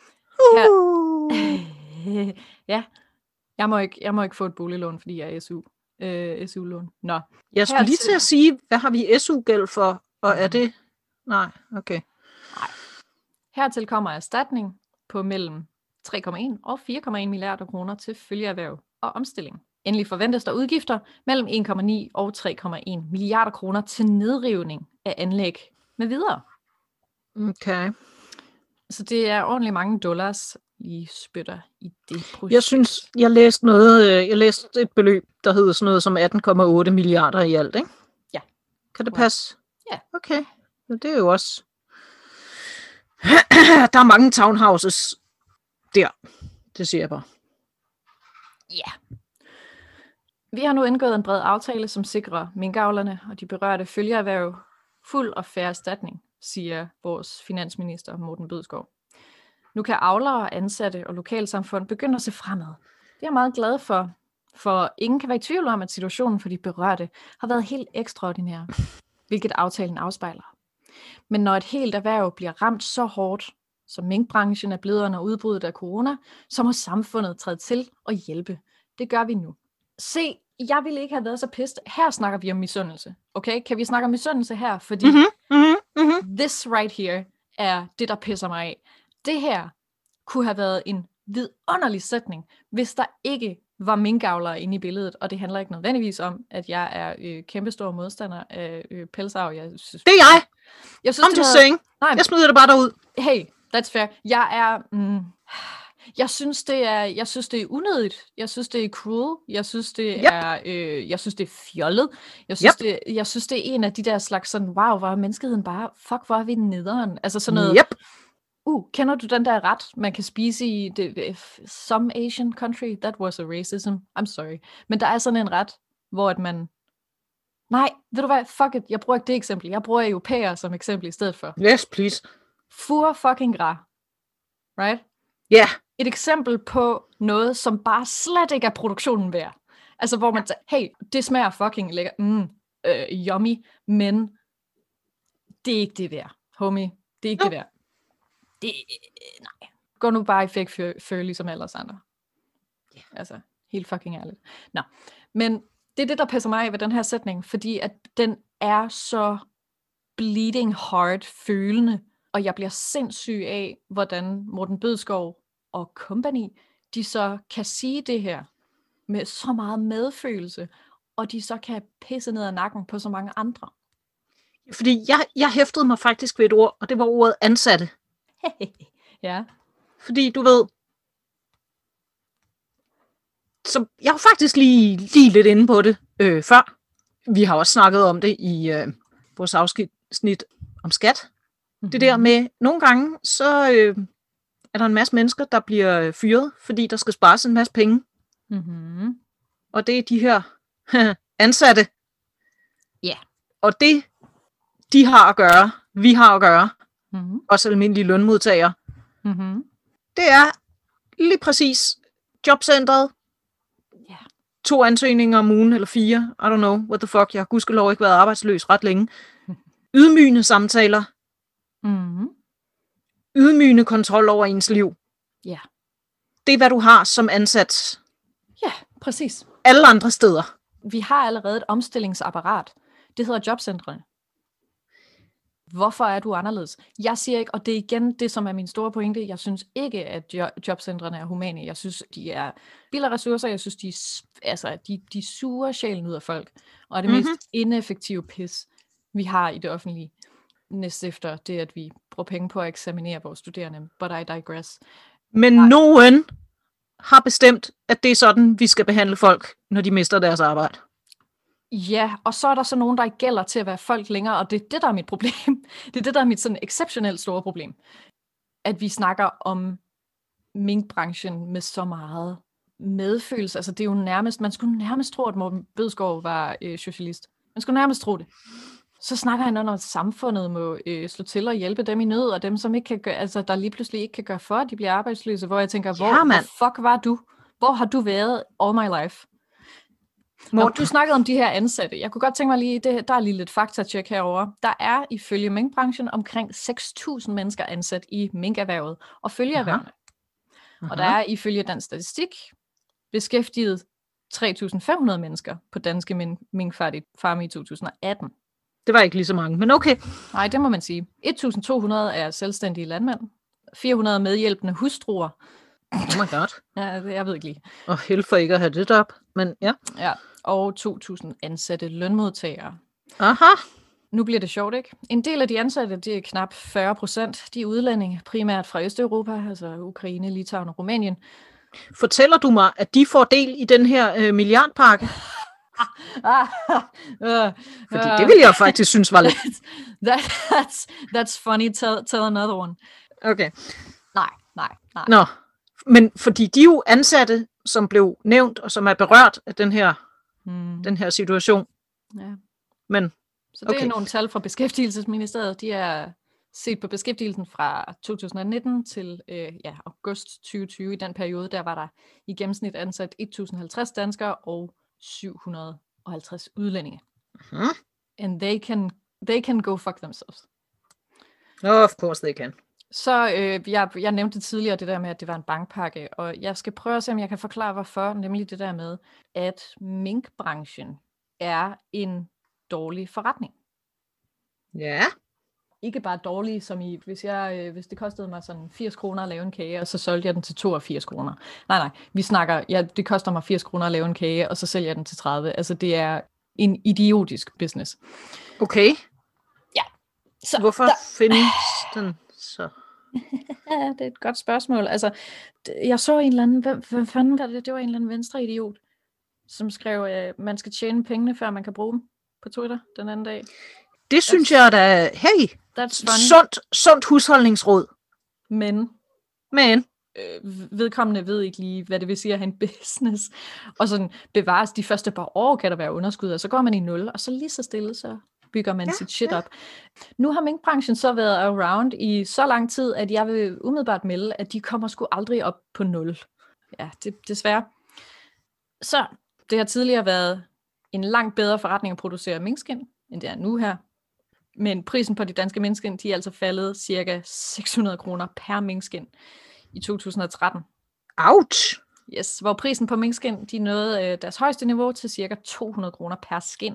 Ja, jeg må ikke få et boliglån, fordi jeg er SU-lån. Nå. Jeg skulle lige til at sige, hvad har vi SU-gæld for, og er det... Nej, okay. Nej. Hertil kommer erstatning på mellem 3,1 og 4,1 milliarder kroner til følgeerhverv og omstilling. Endelig forventes der udgifter mellem 1,9 og 3,1 milliarder kroner til nedrivning af anlæg med videre. Okay. Så det er ordentligt mange dollars, I spytter i det projekt. Jeg synes, jeg læste et beløb, der hedder sådan noget som 18,8 milliarder i alt, ikke? Ja. Kan det passe? Ja. Okay. Ja, det er jo også... Der er mange townhouses der. Det siger jeg bare. Ja. Vi har nu indgået en bred aftale, som sikrer minkavlerne og de berørte følgeerhverv fuld og fair erstatning, siger vores finansminister Morten Bødskov. Nu kan avlere, ansatte og lokalsamfund begynde at se fremad. Det er jeg meget glad for ingen kan være i tvivl om, at situationen for de berørte har været helt ekstraordinær, hvilket aftalen afspejler. Men når et helt erhverv bliver ramt så hårdt, som minkbranchen er blevet under udbruddet af corona, så må samfundet træde til og hjælpe. Det gør vi nu. Se, jeg ville ikke have været så pissed. Her snakker vi om misundelse. Okay? Kan vi snakke om misundelse her? Fordi this right here er det, der pisser mig af. Det her kunne have været en vidunderlig sætning, hvis der ikke var minkavlere inde i billedet, og det handler ikke nødvendigvis om, at jeg er kæmpestor modstander af pelsavl. Det er jeg! Jeg smider det bare derud. Hey, that's fair. Jeg synes det er unødigt. Jeg synes det er cruel. Jeg synes det er fjollet. Jeg synes det er en af de der slags sådan, wow, hvor er menneskeheden bare, fuck, hvor er vi nederen. Altså sådan noget. Kender du den der ret, man kan spise i some Asian country? That was a racism. I'm sorry. Men der er sådan en ret, hvor at man... Nej, ved du hvad? Fuck it. Jeg bruger ikke det eksempel. Jeg bruger europæer som eksempel i stedet for. Yes, please. Foie fucking gras. Right? Ja. Yeah. Et eksempel på noget, som bare slet ikke er produktionen værd. Altså hvor man hey, det smager fucking lækker. Yummy. Men det er ikke det værd, homie. Det er ikke det værd. Nej. Gå nu bare i fake ligesom alle os andre. Yeah. Altså, helt fucking ærligt. Nå, men det er det, der passer mig af ved den her sætning, fordi at den er så bleeding heart følende, og jeg bliver sindssyg af, hvordan Morten Bødskov og company, de så kan sige det her med så meget medfølelse, og de så kan pisse ned ad nakken på så mange andre. Fordi jeg hæftede mig faktisk ved et ord, og det var ordet ansatte. Ja. Fordi du ved, så jeg var faktisk lige lidt inde på det før. Vi har også snakket om det i vores afsnit om skat. Mm-hmm. Det der med, nogle gange, så er der en masse mennesker, der bliver fyret, fordi der skal spares en masse penge. Mm-hmm. Og det er de her ansatte. Ja. Yeah. Og det, de har at gøre, vi har at gøre, også almindelige lønmodtagere, det er lige præcis jobcentret. Ja. 2 ansøgninger om ugen, eller 4, I don't know, what the fuck, jeg har gudskelov ikke været arbejdsløs ret længe. Ydmygende samtaler. Ydmygende kontrol over ens liv. Ja. Det er, hvad du har som ansat. Ja, præcis. Alle andre steder. Vi har allerede et omstillingsapparat. Det hedder jobcentrene. Hvorfor er du anderledes? Jeg siger ikke, og det er igen det, som er min store pointe, jeg synes ikke, at jobcentrene er humane. Jeg synes, de er biler af ressourcer. Jeg synes, de suger sjælen ud af folk. Og er det mest ineffektive pis, vi har i det offentlige. Næst efter det, at vi bruger penge på at eksaminere vores studerende. But I digress. Men nogen har bestemt, at det er sådan, vi skal behandle folk, når de mister deres arbejde. Ja, og så er der så nogen, der ikke gælder til at være folk længere, og det er det, der er mit problem. Det er det, der er mit sådan exceptionelt store problem. At vi snakker om minkbranchen med så meget medfølelse. Altså det er jo nærmest, man skulle nærmest tro, at Morten Bødskov var socialist. Man skulle nærmest tro det. Så snakker han om, at samfundet må slå til og hjælpe dem i nød, og dem, som ikke kan gøre, altså der lige pludselig ikke kan gøre for, at de bliver arbejdsløse, hvor jeg tænker, hvor fuck var du? Hvor har du været all my life? Du snakkede om de her ansatte. Jeg kunne godt tænke mig lige, der er lige lidt faktatjek herovre. Der er ifølge minkbranchen omkring 6.000 mennesker ansat i minkerhvervet og følgeerhvervene. Og der er ifølge den statistik beskæftiget 3.500 mennesker på danske minkfarme i 2018. Det var ikke lige så mange, men okay. Nej, det må man sige. 1.200 er selvstændige landmænd. 400 medhjælpende hustruer. Oh my god. Ja, jeg ved ikke lige. Og held for ikke at have det op, men ja. Ja, og 2.000 ansatte lønmodtagere. Aha. Nu bliver det sjovt, ikke? En del af de ansatte, det er knap 40%. De er udlændinge, primært fra Østeuropa, altså Ukraine, Litauen og Rumænien. Fortæller du mig, at de får del i den her milliardpakke? Fordi det ville jeg faktisk synes var lidt... That's funny, tell another one. Okay. Nej. Nå, men fordi de er jo ansatte, som blev nævnt, og som er berørt af den her situation. Ja. Men, så det er nogle tal fra Beskæftigelsesministeriet. De er set på beskæftigelsen fra 2019 til august 2020. I den periode, der var der i gennemsnit ansat 1.050 danskere og 750 udlændinge. And they can go fuck themselves. Of course they can. Så jeg nævnte tidligere det der med, at det var en bankpakke, og jeg skal prøve at se, om jeg kan forklare, hvorfor, nemlig det der med, at minkbranchen er en dårlig forretning. Ja. Ikke bare dårlig, som i, hvis det kostede mig sådan 80 kroner at lave en kage, og så solgte jeg den til 82 kroner. Nej, vi snakker, det koster mig 80 kroner at lave en kage, og så sælger jeg den til 30. Altså, det er en idiotisk business. Okay. Ja. Så hvorfor findes den så? Ja, det er et godt spørgsmål. Altså, jeg så en eller anden, hvad fanden var det? Det var en eller anden venstreidiot, som skrev, at man skal tjene pengene, før man kan bruge dem på Twitter den anden dag. Det synes jeg da, hey, sundt husholdningsråd. Men vedkommende ved ikke lige, hvad det vil sige at have en business. Og sådan bevares de første par år, kan der være underskud, og så går man i 0, og så lige så stille, så bygger man sit shit op. Nu har minkbranchen så været around i så lang tid, at jeg vil umiddelbart melde, at de kommer sgu aldrig op på 0. Ja, desværre. Så det har tidligere været en langt bedre forretning at producere minkskind, end det er nu her. Men prisen på de danske minkskind, de er altså faldet cirka 600 kroner per minkskind i 2013. Ouch! Yes, hvor prisen på minkskind, de nåede deres højeste niveau til cirka 200 kroner per skind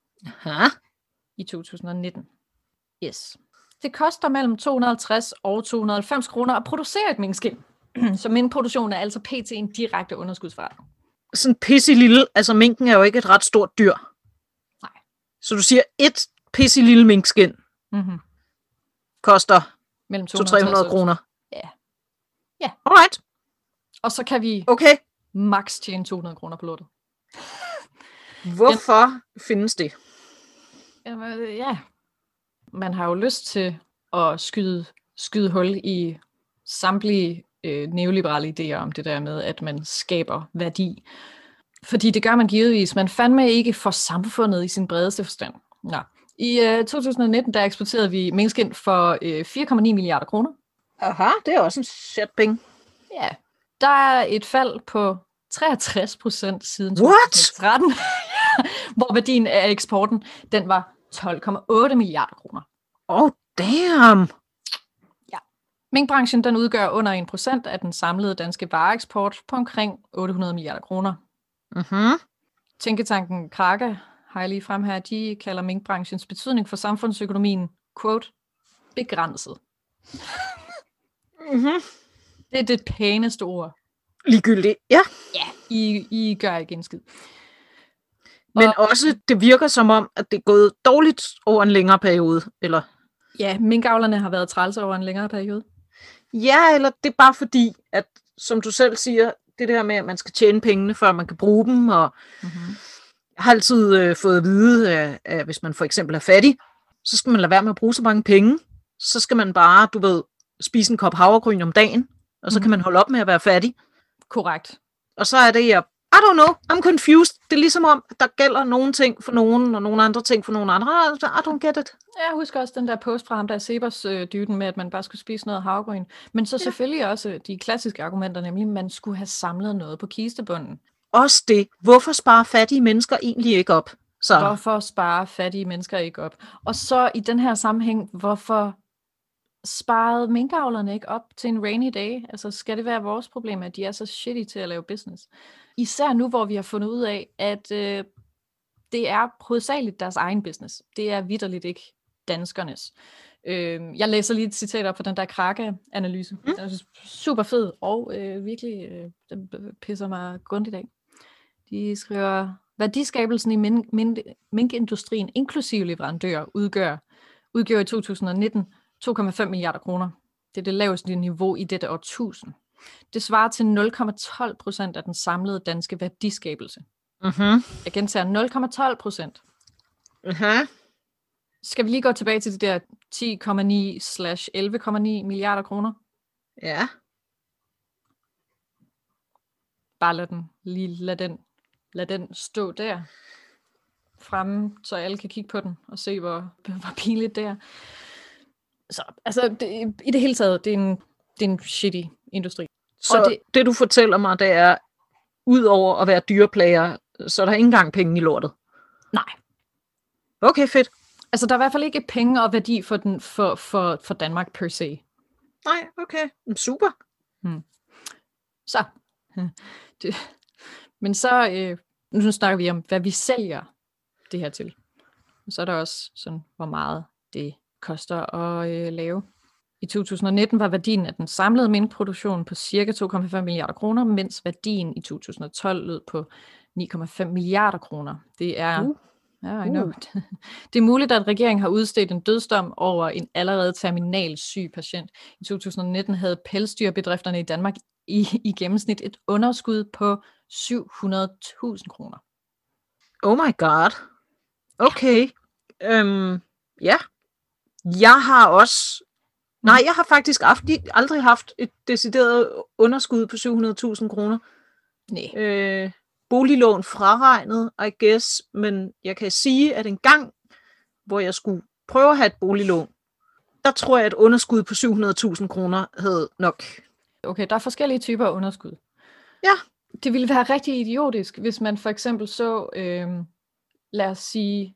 i 2019. Yes. Det koster mellem 250 og 290 kroner at producere et minkskind. Så minkproduktion er altså pt. En direkte underskudsforretning. Sådan pisse lille, altså minken er jo ikke et ret stort dyr. Nej. Så du siger, et pisse lille minkskind koster mellem 200-300 kroner. Ja. Alright. Og så kan vi max tjene 200 kroner på lortet. Hvorfor findes det? Ja. Man har jo lyst til at skyde hul i samtlige neoliberale idéer om det der med, at man skaber værdi. Fordi det gør man givetvis. Man fandme ikke for samfundet i sin bredeste forstand. Nå. I 2019, der eksporterede vi minkskind for 4,9 milliarder kroner. Aha, det er også en chat penge. Ja. Der er et fald på 63% siden 2013, hvor værdien af eksporten, den var 12,8 milliarder kroner. Oh, damn! Ja. Minkbranchen, den udgør under 1% af den samlede danske vareeksport på omkring 800 milliarder kroner. Tænketanken Kraka har jeg lige frem her, de kalder minkbranchens betydning for samfundsøkonomien, quote, begrænset. Det er det pæneste ord. Ligegyldigt, ja. Ja, I gør ikke en skid. Men også, det virker som om, at det er gået dårligt over en længere periode, eller? Ja, minkavlerne har været træls over en længere periode. Ja, eller det er bare fordi, at som du selv siger, det der med, at man skal tjene pengene, før man kan bruge dem, og jeg har altid fået at vide, at hvis man for eksempel er fattig, så skal man lade være med at bruge så mange penge, så skal man bare, du ved, spise en kop havregryn om dagen, og så kan man holde op med at være fattig. Korrekt. Og så er det, I don't know, I'm confused. Det er ligesom om, at der gælder nogle ting for nogen, og nogle andre ting for nogle andre. I don't get it. Jeg husker også den der post fra ham, der er Sebers-dyten med, at man bare skulle spise noget havregryn. Men så selvfølgelig også de klassiske argumenter, nemlig, at man skulle have samlet noget på kistebunden. Også det. Hvorfor sparer fattige mennesker egentlig ikke op? Så. Hvorfor sparer fattige mennesker ikke op? Og så i den her sammenhæng, hvorfor sparede minkavlerne ikke op til en rainy day? Altså skal det være vores problem, at de er så shitty til at lave business? Især nu, hvor vi har fundet ud af, at det er hovedsageligt deres egen business. Det er vitterligt ikke danskernes. Jeg læser lige et citat op fra den der Kraka-analyse. Den er super fed, og virkelig, den pisser mig grundigt af. De skriver, værdiskabelsen i minkindustrien, inklusive leverandører, udgjorde i 2019 2,5 milliarder kroner. Det er det laveste niveau i dette årtusind. Det svarer til 0,12% af den samlede danske værdiskabelse. Jeg gentager 0,12%. Skal vi lige gå tilbage til det der 10,9/11,9 milliarder kroner? Ja. Bare lad den stå der fremme, så alle kan kigge på den og se, hvor pinligt det er. Så altså, i det hele taget, det er en shitty industri. Så det du fortæller mig, det er, udover at være dyreplager, så er der ikke engang penge i lortet? Nej. Okay, fedt. Altså, der er i hvert fald ikke penge og værdi for Danmark per se. Nej, okay. Super. Så. Men så, nu snakker vi om, hvad vi sælger det her til. Og så er der også sådan, hvor meget det koster at lave. I 2019 var værdien af den samlede minkproduktion på ca. 2,5 milliarder kroner, mens værdien i 2012 lød på 9,5 milliarder kroner. Det er I know. Det er muligt, at regeringen har udstedt en dødsdom over en allerede terminal syg patient. I 2019 havde pelsdyrbedrifterne i Danmark i gennemsnit et underskud på 700.000 kroner. Oh my god. Okay. Ja. Jeg har også... Nej, jeg har faktisk aldrig haft et decideret underskud på 700.000 kroner. Nej. Boliglån fraregnet, I guess, men jeg kan sige, at en gang, hvor jeg skulle prøve at have et boliglån, der tror jeg, at et underskud på 700.000 kroner havde nok. Okay, der er forskellige typer af underskud. Ja. Det ville være rigtig idiotisk, hvis man for eksempel så, lad os sige,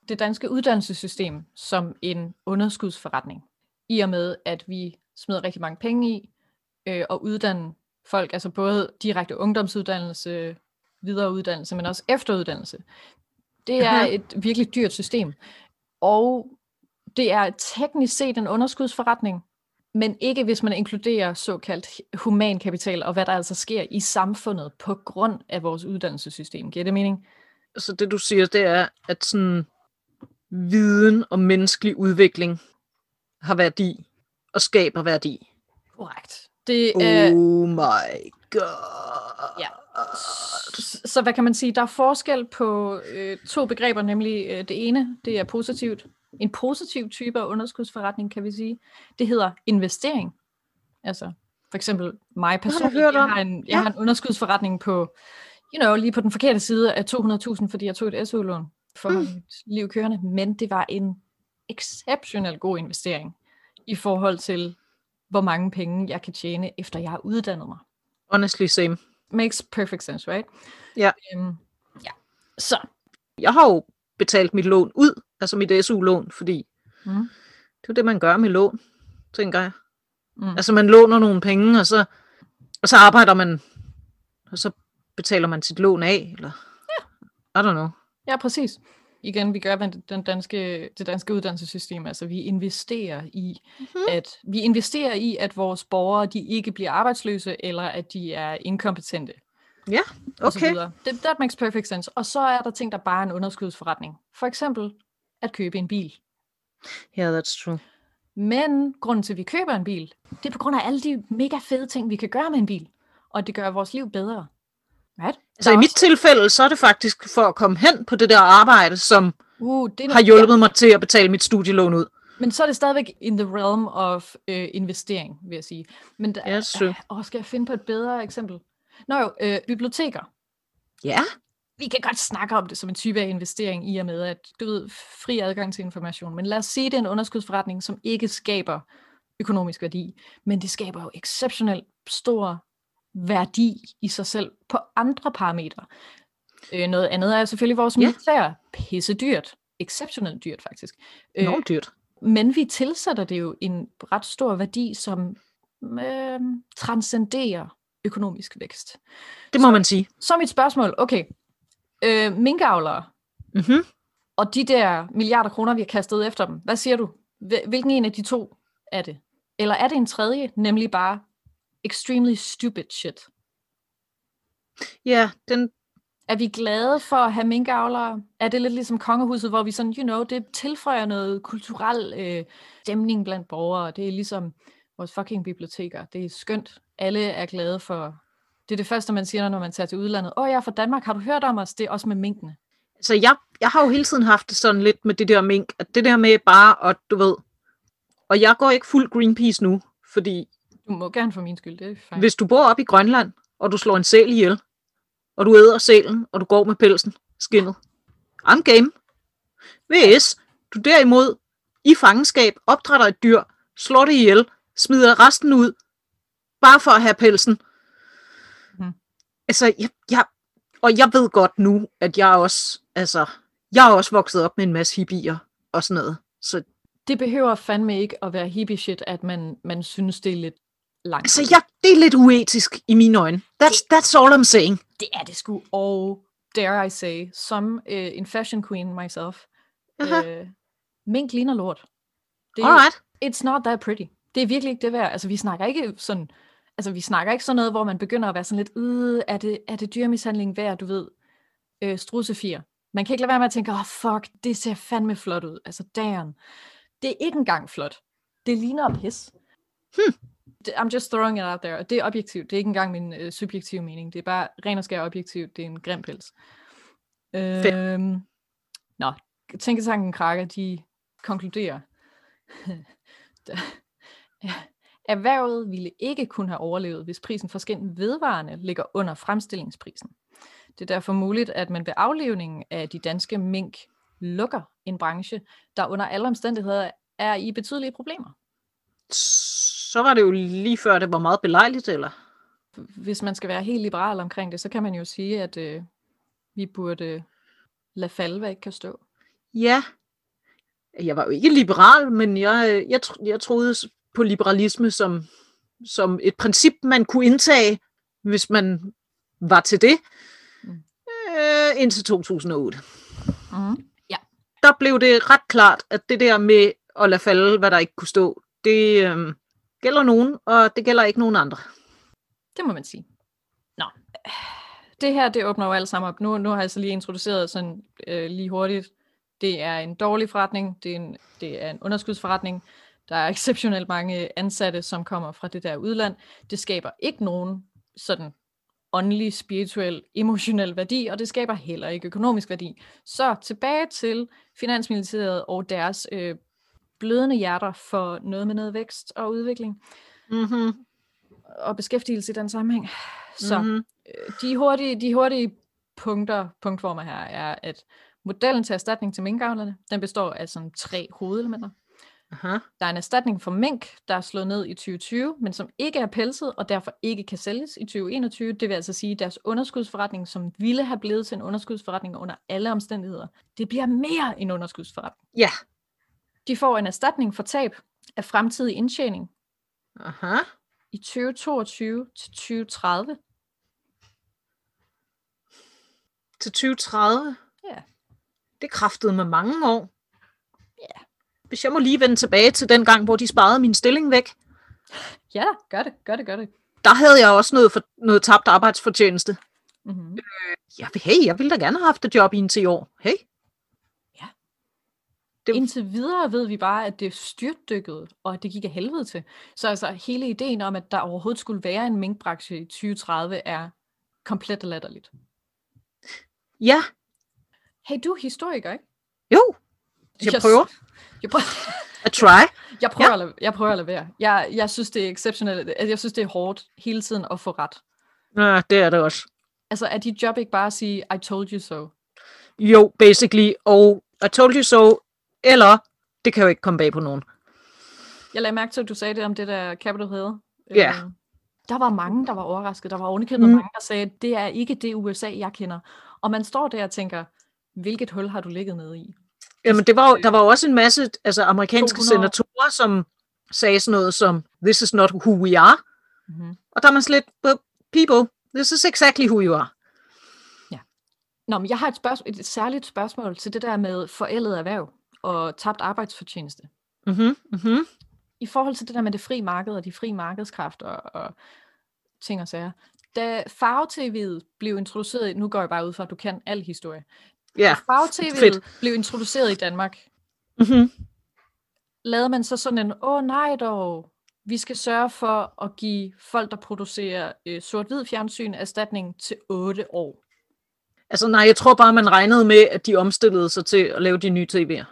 det danske uddannelsessystem som en underskudsforretning, i og med, at vi smider rigtig mange penge i og uddanne folk, altså både direkte ungdomsuddannelse, videreuddannelse, men også efteruddannelse. Det er et virkelig dyrt system, og det er teknisk set en underskudsforretning, men ikke hvis man inkluderer såkaldt humankapital, og hvad der altså sker i samfundet på grund af vores uddannelsessystem. Giver det mening? Så det du siger, det er, at sådan viden og menneskelig udvikling har værdi og skaber værdi. Korrekt. Det er, oh my god. Ja. Så hvad kan man sige? Der er forskel på to begreber, nemlig det ene, det er positivt. En positiv type af underskudsforretning, kan vi sige. Det hedder investering. Altså for eksempel mig personligt, jeg har en underskudsforretning på, lige på den forkerte side af 200.000, fordi jeg tog et SU-lån for at holde mit liv kørende. Men det var en exceptionelt god investering i forhold til, hvor mange penge jeg kan tjene, efter jeg har uddannet mig. Honestly, same. Makes perfect sense, right? Ja. Ja. Så. Jeg har jo betalt mit lån ud, altså mit SU-lån, fordi det er jo det, man gør med lån, tænker jeg. Altså man låner nogle penge, og så arbejder man, og så betaler man sit lån af, eller I don't know. Ja, præcis. Igen, vi gør det danske uddannelsessystem, altså vi investerer i, at vores borgere, de ikke bliver arbejdsløse, eller at de er inkompetente. Ja, okay. That makes perfect sense. Og så er der ting, der bare er en underskudsforretning. For eksempel at købe en bil. Yeah, that's true. Men grunden til, at vi køber en bil, det er på grund af alle de mega fede ting, vi kan gøre med en bil. Og det gør vores liv bedre. Right? Så i mit tilfælde, så er det faktisk for at komme hen på det der arbejde, som har hjulpet mig til at betale mit studielån ud. Men så er det stadigvæk in the realm of investering, vil jeg sige. Men skal jeg finde på et bedre eksempel? Biblioteker. Ja. Vi kan godt snakke om det som en type af investering, i og med, at du ved, fri adgang til information. Men lad os sige, det er en underskudsforretning, som ikke skaber økonomisk værdi, men det skaber jo exceptionelt stor værdi i sig selv på andre parametre. Noget andet er selvfølgelig vores militær. Pisse dyrt. Exceptionelt dyrt, faktisk. Enormt dyrt. Men vi tilsætter det jo en ret stor værdi, som transcenderer økonomisk vækst. Det må man sige. Så mit spørgsmål, okay, minkavlere, og de der milliarder kroner, vi har kastet efter dem, hvad siger du? Hvilken en af de to er det? Eller er det en tredje, nemlig bare extremely stupid shit? Ja, Er vi glade for at have minkavlere? Er det lidt ligesom kongehuset, hvor vi sådan, det tilføjer noget kulturel stemning blandt borgere. Det er ligesom vores fucking biblioteker. Det er skønt. Alle er glade for. Det er det første, man siger, når man tager til udlandet. Jeg er fra Danmark. Har du hørt om os? Det er også med minkene. Så jeg har jo hele tiden haft det sådan lidt med det der mink. At det der med bare, og du ved. Og jeg går ikke fuld Greenpeace nu, fordi. Du må gerne for min skyld, det er fint. Hvis du bor op i Grønland, og du slår en sæl ihjel, og du æder sælen, og du går med pelsen, skindet. I'm game. Hvis du derimod i fangenskab opdrætter et dyr, slår det ihjel, smider resten ud, bare for at have pelsen. Altså, jeg ved godt nu, at jeg er også vokset op med en masse hippier og sådan noget. Så det behøver fandme ikke at være hippie shit, at man synes, det er lidt langt. Altså, det er lidt uetisk i mine øjne. That's all I'm saying. Det er det sgu. Og dare I say, som en fashion queen myself, mink ligner lort. Alright. It's not that pretty. Det er virkelig ikke det værd. Altså, vi snakker ikke sådan noget, hvor man begynder at være sådan lidt, er det dyrmishandling værd, du ved, strussefjer. Man kan ikke lade være med at tænke, fuck, det ser fandme flot ud. Altså, damn. Det er ikke engang flot. Det ligner pis. I'm just throwing it out there. Det er objektivt. Det er ikke engang min subjektive mening. Det er bare ren og skær objektivt. Det er en grim pels. Tænketanken Kraka, de konkluderer. Erhvervet ville ikke kunne have overlevet, hvis prisen for skind vedvarende ligger under fremstillingsprisen. Det er derfor muligt, at man ved aflivningen af de danske mink lukker en branche, der under alle omstændigheder er i betydelige problemer. Så var det jo lige før, det var meget belejligt, eller? Hvis man skal være helt liberal omkring det, så kan man jo sige, at vi burde lade falde, hvad ikke kan stå. Ja, Jeg var jo ikke liberal, men jeg troede på liberalisme som et princip, man kunne indtage, hvis man var til det, indtil 2008. Ja. Der blev det ret klart, at det der med at lade falde, hvad der ikke kunne stå, det gælder nogen, og det gælder ikke nogen andre. Det må man sige. Nå. Det her, det åbner jo alt sammen op. Nu har jeg så lige introduceret sådan lige hurtigt. Det er en dårlig forretning. Det er en underskudsforretning. Der er exceptionelt mange ansatte, som kommer fra det der udland. Det skaber ikke nogen sådan åndelig, spirituel, emotionel værdi, og det skaber heller ikke økonomisk værdi. Så tilbage til Finansministeriet og deres blødende hjerter for noget med noget vækst og udvikling. Mm-hmm. Og beskæftigelse i den sammenhæng. Så de hurtige punktformer her er, at modellen til erstatning til minkavlerne, den består af sådan 3 hovedelementer. Aha. Der er en erstatning for mink, der er slået ned i 2020, men som ikke er pelset, og derfor ikke kan sælges i 2021. Det vil altså sige, at deres underskudsforretning, som ville have blevet til en underskudsforretning under alle omstændigheder, det bliver mere en underskudsforretning. Ja. De får en erstatning for tab af fremtidig indtjening. Aha. I 2022 til 2030. Til 2030? Ja. Det kræftede med mange år. Ja. Hvis jeg må lige vende tilbage til den gang, hvor de sparede min stilling væk. Ja, gør det. Der havde jeg også noget tabt arbejdsfortjeneste. Mm-hmm. Jeg ville da gerne have haft et job i en 10 år. Hey. Ja. Indtil videre ved vi bare, at det styrtdykkede, og at det gik af helvede til. Så altså hele ideen om, at der overhovedet skulle være en minkbranche i 2030, er komplet latterligt. Ja. Hey, du er historiker, ikke? Jo. Jeg prøver. I try. Jeg prøver at lade være. Jeg synes, det er exceptionelt. Jeg synes, det er hårdt hele tiden at få ret. Ja, det er det også. Altså, er dit job ikke bare at sige, I told you so? Jo, basically. Og I told you so, eller det kan jo ikke komme bag på nogen. Jeg lagde mærke til, at du sagde det om det der Capitol Hill. Ja. Der var mange, der var overrasket. Der var ovenikøbet mange, der sagde, det er ikke det USA, jeg kender. Og man står der og tænker, hvilket hul har du ligget nede i? Jamen, der var også en masse amerikanske 200. Senatorer, som sagde sådan noget som, this is not who we are. Mm-hmm. Og der er man slet, people, this is exactly who you are. Ja. Nå, men jeg har et særligt spørgsmål til det der med forældet erhverv og tabt arbejdsfortjeneste. Mm-hmm. Mm-hmm. I forhold til det der med det frie marked og de frie markedskræfter og ting og sager. Da farve-tv'et blev introduceret, nu går jeg bare ud fra, at du kan al historie. Ja, farve-tv'et blev introduceret i Danmark. Mm-hmm. Lavede man så sådan en, nej dog, vi skal sørge for at give folk, der producerer sort-hvid fjernsyn, erstatning til 8 år. Altså nej, jeg tror bare, man regnede med, at de omstillede sig til at lave de nye tv'er.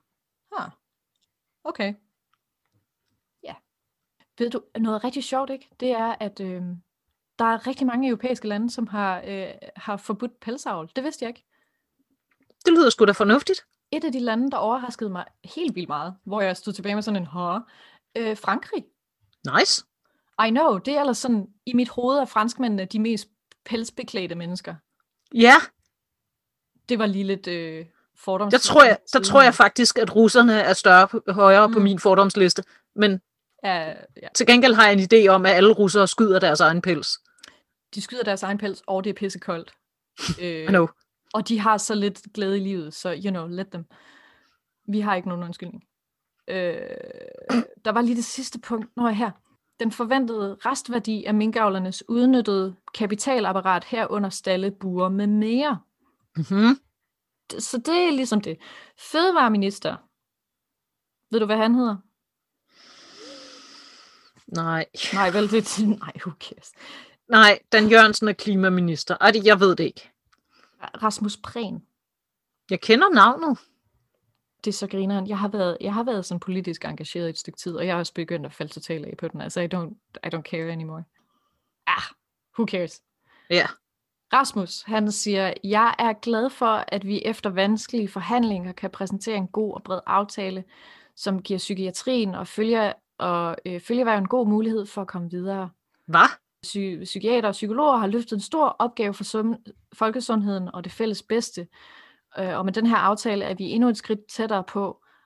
Okay. Ja. Ved du, noget rigtig sjovt, ikke? Det er, at der er rigtig mange europæiske lande, som har forbudt pelsavl. Det vidste jeg ikke. Det lyder sgu da fornuftigt. Et af de lande, der overraskede mig helt vildt meget, hvor jeg stod tilbage med sådan en Frankrig. Nice. I know, det er ellers sådan, i mit hoved er franskmændene de mest pelsbeklædte mennesker. Ja. Det var lige lidt fordoms. Der tror jeg faktisk, at russerne er højere på min fordomsliste. Men til gengæld har jeg en idé om, at alle russere skyder deres egen pels. De skyder deres egen pels, og det er pissekoldt. I know. Og de har så lidt glæde i livet, så let them. Vi har ikke nogen undskyldning. Der var lige det sidste punkt, her. Den forventede restværdi af minkavlernes udnyttede kapitalapparat herunder stalde, buer med mere. Mm-hmm. Så det er ligesom det. Fødevareminister. Ved du, hvad han hedder? Nej. Nej, vel, nej, who cares? Nej, Dan Jørgensen er klimaminister. Jeg ved det ikke. Rasmus Prehn. Jeg kender navnet. Det er så grineren. Jeg har været sådan politisk engageret i et stykke tid, og jeg har også begyndt at falde totalt af på den. Altså, I don't care anymore. Who cares? Ja. Yeah. Rasmus, han siger, jeg er glad for, at vi efter vanskelige forhandlinger kan præsentere en god og bred aftale, som giver psykiatrien og følgeerhverv en god mulighed for at komme videre. Hvad? Psykiater og psykologer har løftet en stor opgave for folkesundheden og det fælles bedste. Og med den her aftale er vi endnu et skridt tættere på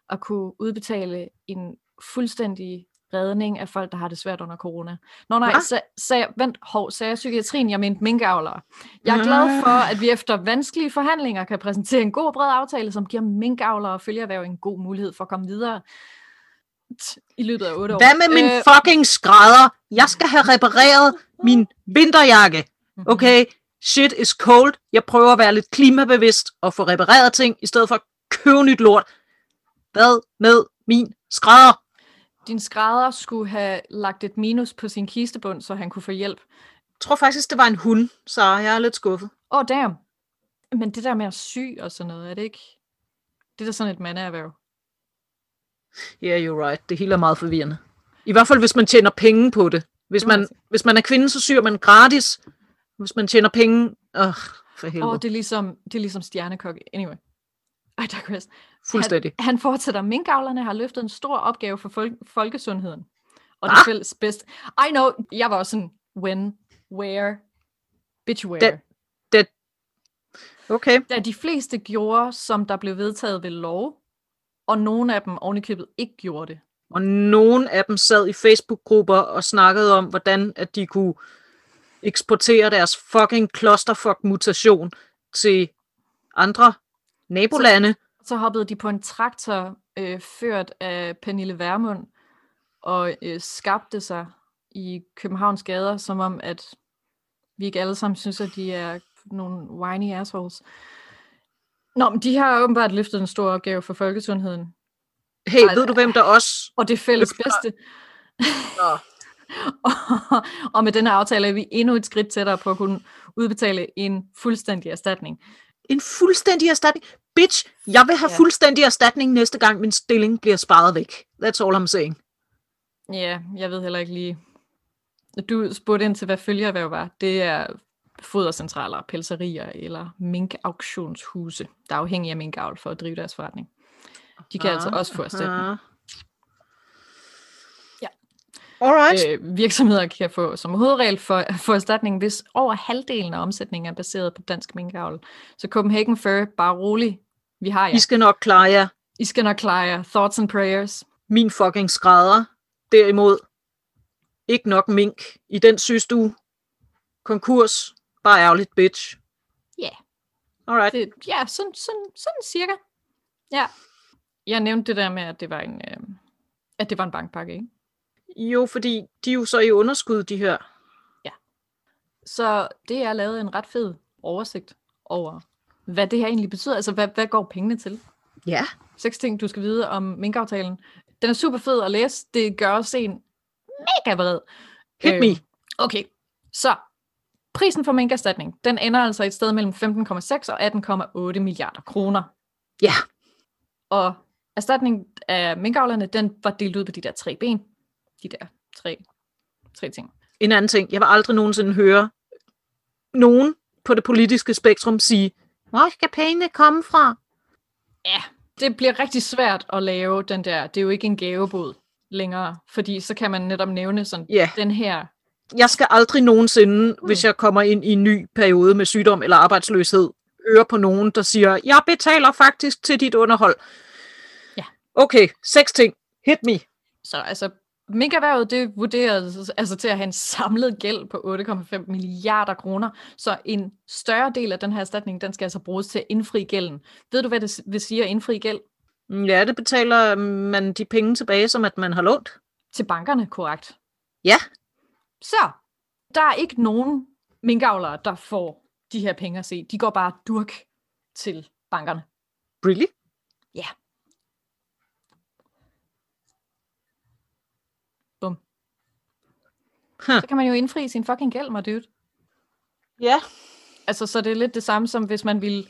at kunne udbetale en fuldstændig redning af folk, der har det svært under corona. Nå nej, sagde jeg psykiatrien, jeg mente minkavlere. Jeg er glad for, at vi efter vanskelige forhandlinger kan præsentere en god bred aftale, som giver minkavlere og følgeerhverv en god mulighed for at komme videre i løbet af 8 år. Hvad med min fucking skrædder? Jeg skal have repareret min vinterjakke. Okay, shit is cold. Jeg prøver at være lidt klimabevidst og få repareret ting, i stedet for at købe nyt lort. Hvad med min skrædder? Din skrædder skulle have lagt et minus på sin kistebund, så han kunne få hjælp. Jeg tror faktisk, det var en hund, så jeg er lidt skuffet. Damn. Men det der med at sy og sådan noget, er det ikke? Det er da sådan et mandeerhverv. Yeah, you're right. Det hele er meget forvirrende. I hvert fald, hvis man tjener penge på det. Hvis man er kvinde, så syr man gratis. Hvis man tjener penge... for helvede. Det er ligesom stjernekok. Anyway. I digress. Fuldstændig. Han fortsætter. Minkavlerne har løftet en stor opgave for folkesundheden. Og det fælles bedst. I know, jeg var også sådan, when, where, bitch where. Okay. Da de fleste gjorde, som der blev vedtaget ved lov, og nogle af dem ovenikøbet ikke gjorde det. Og nogle af dem sad i Facebook-grupper og snakkede om, hvordan at de kunne eksportere deres fucking clusterfuck-mutation til andre nabolande. Så hoppede de på en traktor, ført af Pernille Vermund, og skabte sig i Københavns gader, som om, at vi ikke alle sammen synes, at de er nogle whiny assholes. Nå, men de har åbenbart løftet en stor opgave for folkesundheden. Hey, ved du hvem der også... Og det fælles bedste. og med denne aftale er vi endnu et skridt tættere på at kunne udbetale en fuldstændig erstatning. En fuldstændig erstatning? Bitch, jeg vil have fuldstændig erstatning næste gang min stilling bliver sparet væk. That's all I'm saying. Ja, jeg ved heller ikke lige... Du spurgte ind til, hvad følgeerhverv var. Det er fodercentraler, pelserier eller minkauktionshuse, der er afhængige af minkavl for at drive deres forretning. De kan altså også få erstatning. Ja. Alright. Virksomheder kan få som hovedregel for erstatning, hvis over halvdelen af omsætningen er baseret på dansk minkavl. Så Copenhagen Fur, bare rolig. Vi har jer. I skal nok klare jer. I skal nok klare jer. Thoughts and prayers. Min fucking skrædder. Derimod, ikke nok mink i den systue. Konkurs. Bare ærgerligt, bitch. Ja. Yeah. Alright. Ja, sådan cirka. Ja. Jeg nævnte det der med, at det var en bankpakke, ikke? Jo, fordi de er jo så i underskud, de her. Ja. Så det er lavet en ret fed oversigt over, hvad det her egentlig betyder. Altså, hvad går pengene til? Ja. 6 ting, du skal vide om minkaftalen. Den er super fed at læse. Det gør også en mega vred. Hit me. Okay, så prisen for minkerstatning, den ender altså et sted mellem 15,6 og 18,8 milliarder kroner. Ja. Og erstatning af minkavlerne, den var delt ud på de der 3 ben. De der tre ting. En anden ting, jeg vil aldrig nogensinde høre nogen på det politiske spektrum sige, hvor skal pengene komme fra? Ja, det bliver rigtig svært at lave den der, det er jo ikke en gavebod længere, fordi så kan man netop nævne sådan den her. Jeg skal aldrig nogensinde, hvis jeg kommer ind i en ny periode med sygdom eller arbejdsløshed, høre på nogen, der siger, jeg betaler faktisk til dit underhold. Ja. Okay, 6 ting. Hit me. Så altså, minkerhvervet, det vurderes altså til at have en samlet gæld på 8,5 milliarder kroner, så en større del af den her erstatning, den skal altså bruges til at indfri gælden. Ved du, hvad det vil sige at indfri gæld? Ja, det betaler man de penge tilbage, som at man har lånt. Til bankerne, korrekt. Ja. Så, der er ikke nogen minkavlere, der får de her penge at se. De går bare durk til bankerne. Really? Ja. Bum. Så kan man jo indfri sin fucking gæld, my dude. Ja. Altså, så det er lidt det samme, som hvis man ville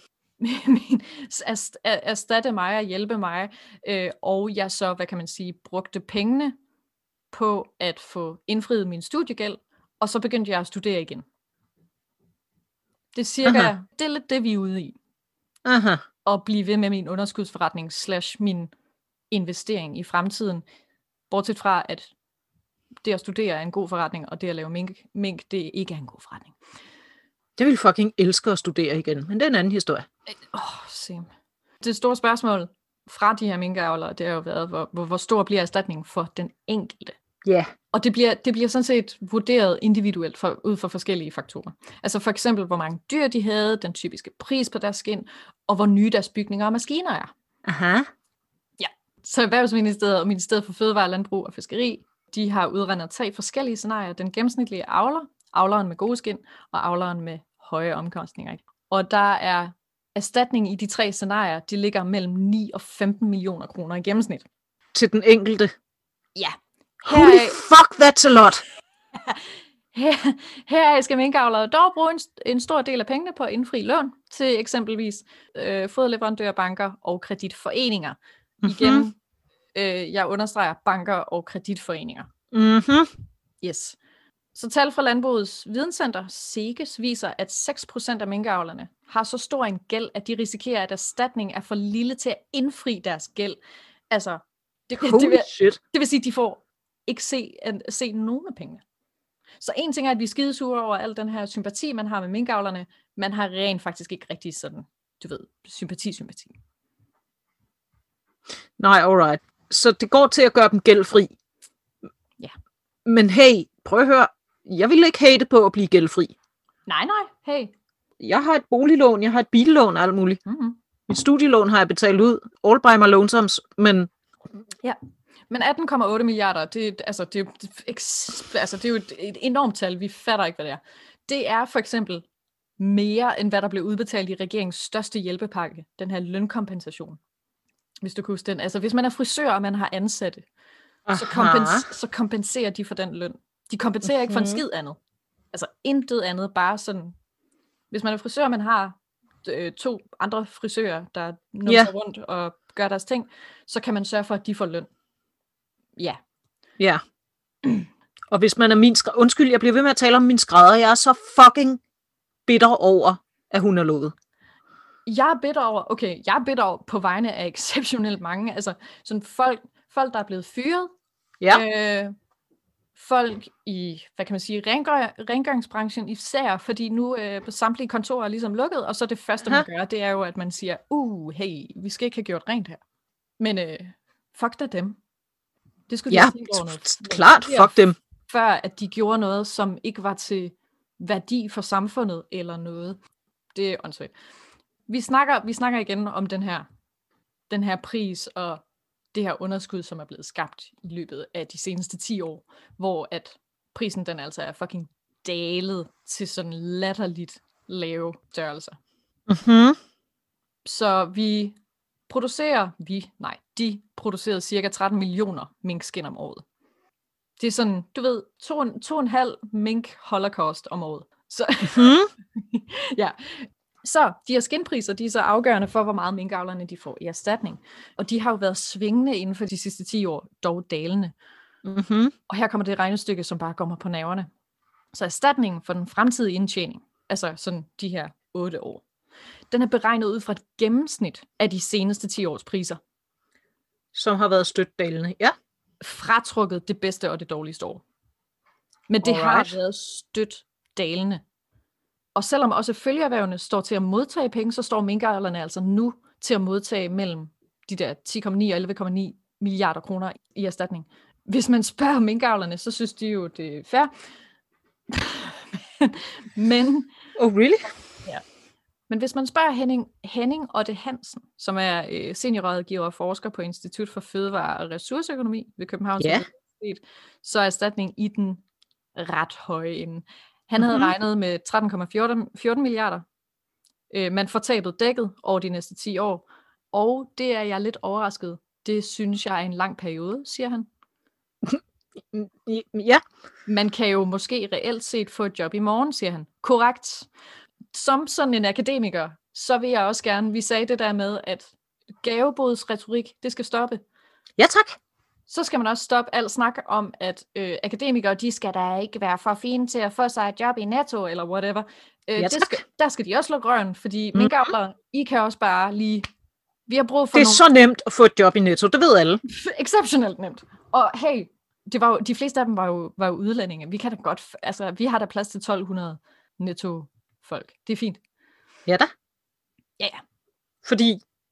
erstatte mig og hjælpe mig, og jeg så, hvad kan man sige, brugte pengene på at få indfriet min studiegæld, og så begyndte jeg at studere igen. Det er cirka, det er lidt det, vi er ude i. Aha. Og blive ved med min underskudsforretning / min investering i fremtiden. Bortset fra, at det at studere er en god forretning, og det at lave mink, det ikke er en god forretning. Jeg vil fucking elske at studere igen, men det er en anden historie. Det store spørgsmål, fra de her minkavlere, det har jo været, hvor stor bliver erstatningen for den enkelte. Ja. Og det bliver sådan set vurderet individuelt ud fra forskellige faktorer. Altså for eksempel, hvor mange dyr de havde, den typiske pris på deres skind, og hvor nye deres bygninger og maskiner er. Aha. Ja, så Erhvervsministeriet og Ministeriet for Fødevare, Landbrug og Fiskeri, de har udregnet 3 forskellige scenarier. Den gennemsnitlige avler, avleren med gode skind, og avleren med høje omkostninger. Og der er erstatningen i de 3 scenarier, de ligger mellem 9 og 15 millioner kroner i gennemsnit. Til den enkelte? Ja. Holy fuck, that's a lot! Her skal minkavlere dog bruge en stor del af pengene på at indfri lån til eksempelvis foderleverandører, banker og kreditforeninger. Igen, jeg understreger banker og kreditforeninger. Yes. Så tal fra Landbrugets Videnscenter, SEGES, viser, at 6% af minkavlerne har så stor en gæld, at de risikerer, at erstatningen er for lille til at indfri deres gæld. Altså, det vil sige, at de får ikke se nogen af pengene. Så en ting er, at vi er skidesure over al den her sympati, man har med minkavlerne. Man har rent faktisk ikke rigtig sådan, du ved, sympati. Nej, alright. Så det går til at gøre dem gældfri. Ja. Men hey, prøv at høre. Jeg vil ikke hate på at blive gældfri. Nej, hey. Jeg har et boliglån, jeg har et billån og alt muligt. Mit studielån har jeg betalt ud. All by my lonesomes, men... Ja. Men 18,8 milliarder, det er jo et enormt tal. Vi fatter ikke, hvad det er. Det er for eksempel mere, end hvad der blev udbetalt i regeringens største hjælpepakke. Den her lønkompensation. Hvis du kan huske den. Altså, hvis man er frisør, og man har ansatte, så kompenserer de for den løn. De kompenserer ikke for en skid andet. Altså, intet andet, bare sådan... Hvis man er frisør, man har 2 andre frisører, der numser rundt og gør deres ting, så kan man sørge for, at de får løn. Ja. Ja. Og hvis man er undskyld, jeg bliver ved med at tale om min skrædder. Jeg er så fucking bitter over, at hun er lovet. Jeg er bitter over på vegne af exceptionelt mange. Altså, sådan folk der er blevet fyret. Ja. Folk i, hvad kan man sige, rengøringsbranchen især, fordi nu på samtlige kontorer er ligesom lukket, og så det første, man gør, det er jo, at man siger, hey, vi skal ikke have gjort rent her. Men fuck da dem. Det skulle de tænke over noget. Klart, fuck dem. Før at de gjorde noget, som ikke var til værdi for samfundet eller noget. Det er åndssvagt. Vi snakker igen om den her pris og det her underskud, som er blevet skabt i løbet af de seneste 10 år, hvor at prisen den altså er fucking dalet til sådan latterligt lave størrelser. Så de producerede cirka 13 millioner minkskind om året. Det er sådan, du ved, 2,5 mink holocaust om året. Så, ja. Så de her skindpriser, de er så afgørende for, hvor meget minkavlerne de får i erstatning. Og de har jo været svingende inden for de sidste 10 år, dog dalende. Og her kommer det regnestykke, som bare går mig på nerverne. Så erstatningen for den fremtidige indtjening, altså sådan de her 8 år, den er beregnet ud fra et gennemsnit af de seneste 10 års priser. Som har været stødt dalende, ja. Fratrukket det bedste og det dårligste år. Men det har været stødt dalende. Og selvom også følgeerhvervene står til at modtage penge, så står minkavlerne altså nu til at modtage mellem de der 10,9 og 11,9 milliarder kroner i erstatning. Hvis man spørger minkavlerne, så synes de jo, det er fair. Men... Oh, really? Ja. Men hvis man spørger Henning Otte Hansen, som er seniorrådgiver og forsker på Institut for Fødevare og Ressourceøkonomi ved Københavns Universitet, så er erstatningen i den ret høje ende. Han havde regnet med 13,14 milliarder. Man får tabet dækket over de næste 10 år. Og det er jeg lidt overrasket. Det synes jeg er en lang periode, siger han. Ja. Man kan jo måske reelt set få et job i morgen, siger han. Korrekt. Som sådan en akademiker, så vil jeg også gerne, vi sagde det der med, at gavebodsretorik, det skal stoppe. Ja, tak. Så skal man også stoppe al snak om, at akademikere, de skal da ikke være for fine til at få sig et job i Netto, eller whatever. Der skal de også lukke røven, fordi minkavlere, I kan også bare lige... Vi har brug for det er så nemt at få et job i Netto, det ved alle. Exceptionelt nemt. Og hey, det var jo, de fleste af dem var jo udlændinge. Vi kan da godt, altså vi har da plads til 1200 Netto-folk. Det er fint. Ja da. Ja. Fordi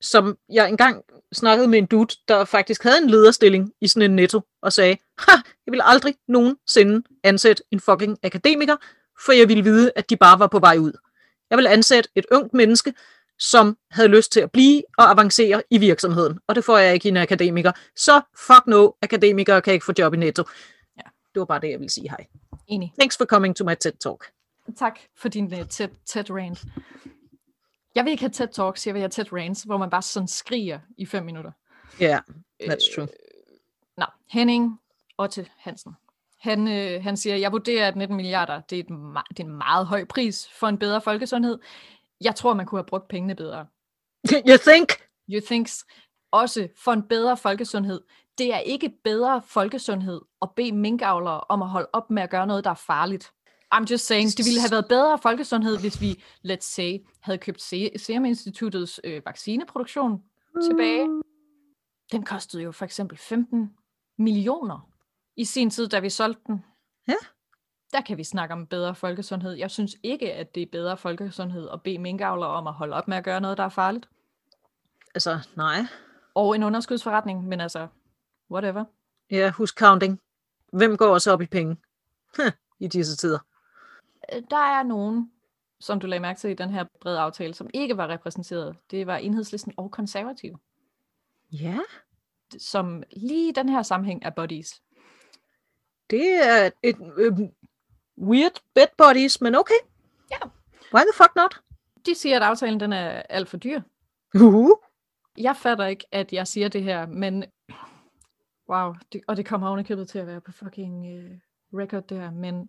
som jeg engang snakkede med en dude, der faktisk havde en lederstilling i sådan en Netto, og sagde, jeg ville aldrig nogensinde ansætte en fucking akademiker, for jeg ville vide, at de bare var på vej ud. Jeg ville ansætte et ungt menneske, som havde lyst til at blive og avancere i virksomheden. Og det får jeg ikke i en akademiker. Så fuck no, akademikere kan ikke få job i Netto. Ja. Det var bare det, jeg ville sige. Hej. Enig. Thanks for coming to my TED Talk. Tak for din TED rant. Jeg vil ikke have TED Talks, jeg vil have TED rants, hvor man bare sådan skriger i 5 minutter. Ja, yeah, that's true. Henning Otte Hansen. Han siger, jeg vurderer, at 19 milliarder, det er en meget høj pris for en bedre folkesundhed. Jeg tror, man kunne have brugt pengene bedre. You think? Også for en bedre folkesundhed. Det er ikke bedre folkesundhed at bede minkavlere om at holde op med at gøre noget, der er farligt. I'm just saying, det ville have været bedre folkesundhed, hvis vi, let's say, havde købt Serum Instituttets vaccineproduktion tilbage. Den kostede jo for eksempel 15 millioner i sin tid, da vi solgte den. Ja. Der kan vi snakke om bedre folkesundhed. Jeg synes ikke, at det er bedre folkesundhed at bede minkavlere om at holde op med at gøre noget, der er farligt. Altså, nej. Og en underskudsforretning, men altså, whatever. Ja, husk counting. Hvem går også op i penge? I disse tider. Der er nogen, som du lagde mærke til i den her brede aftale, som ikke var repræsenteret. Det var Enhedslisten og Konservative. Ja. Som lige i den her sammenhæng er buddies. Det er et weird bed buddies, men okay. Ja. Why the fuck not? De siger, at aftalen den er alt for dyr. Jeg fatter ikke, at jeg siger det her, men wow, og det kommer ovenikøbet til at være på fucking record det her, men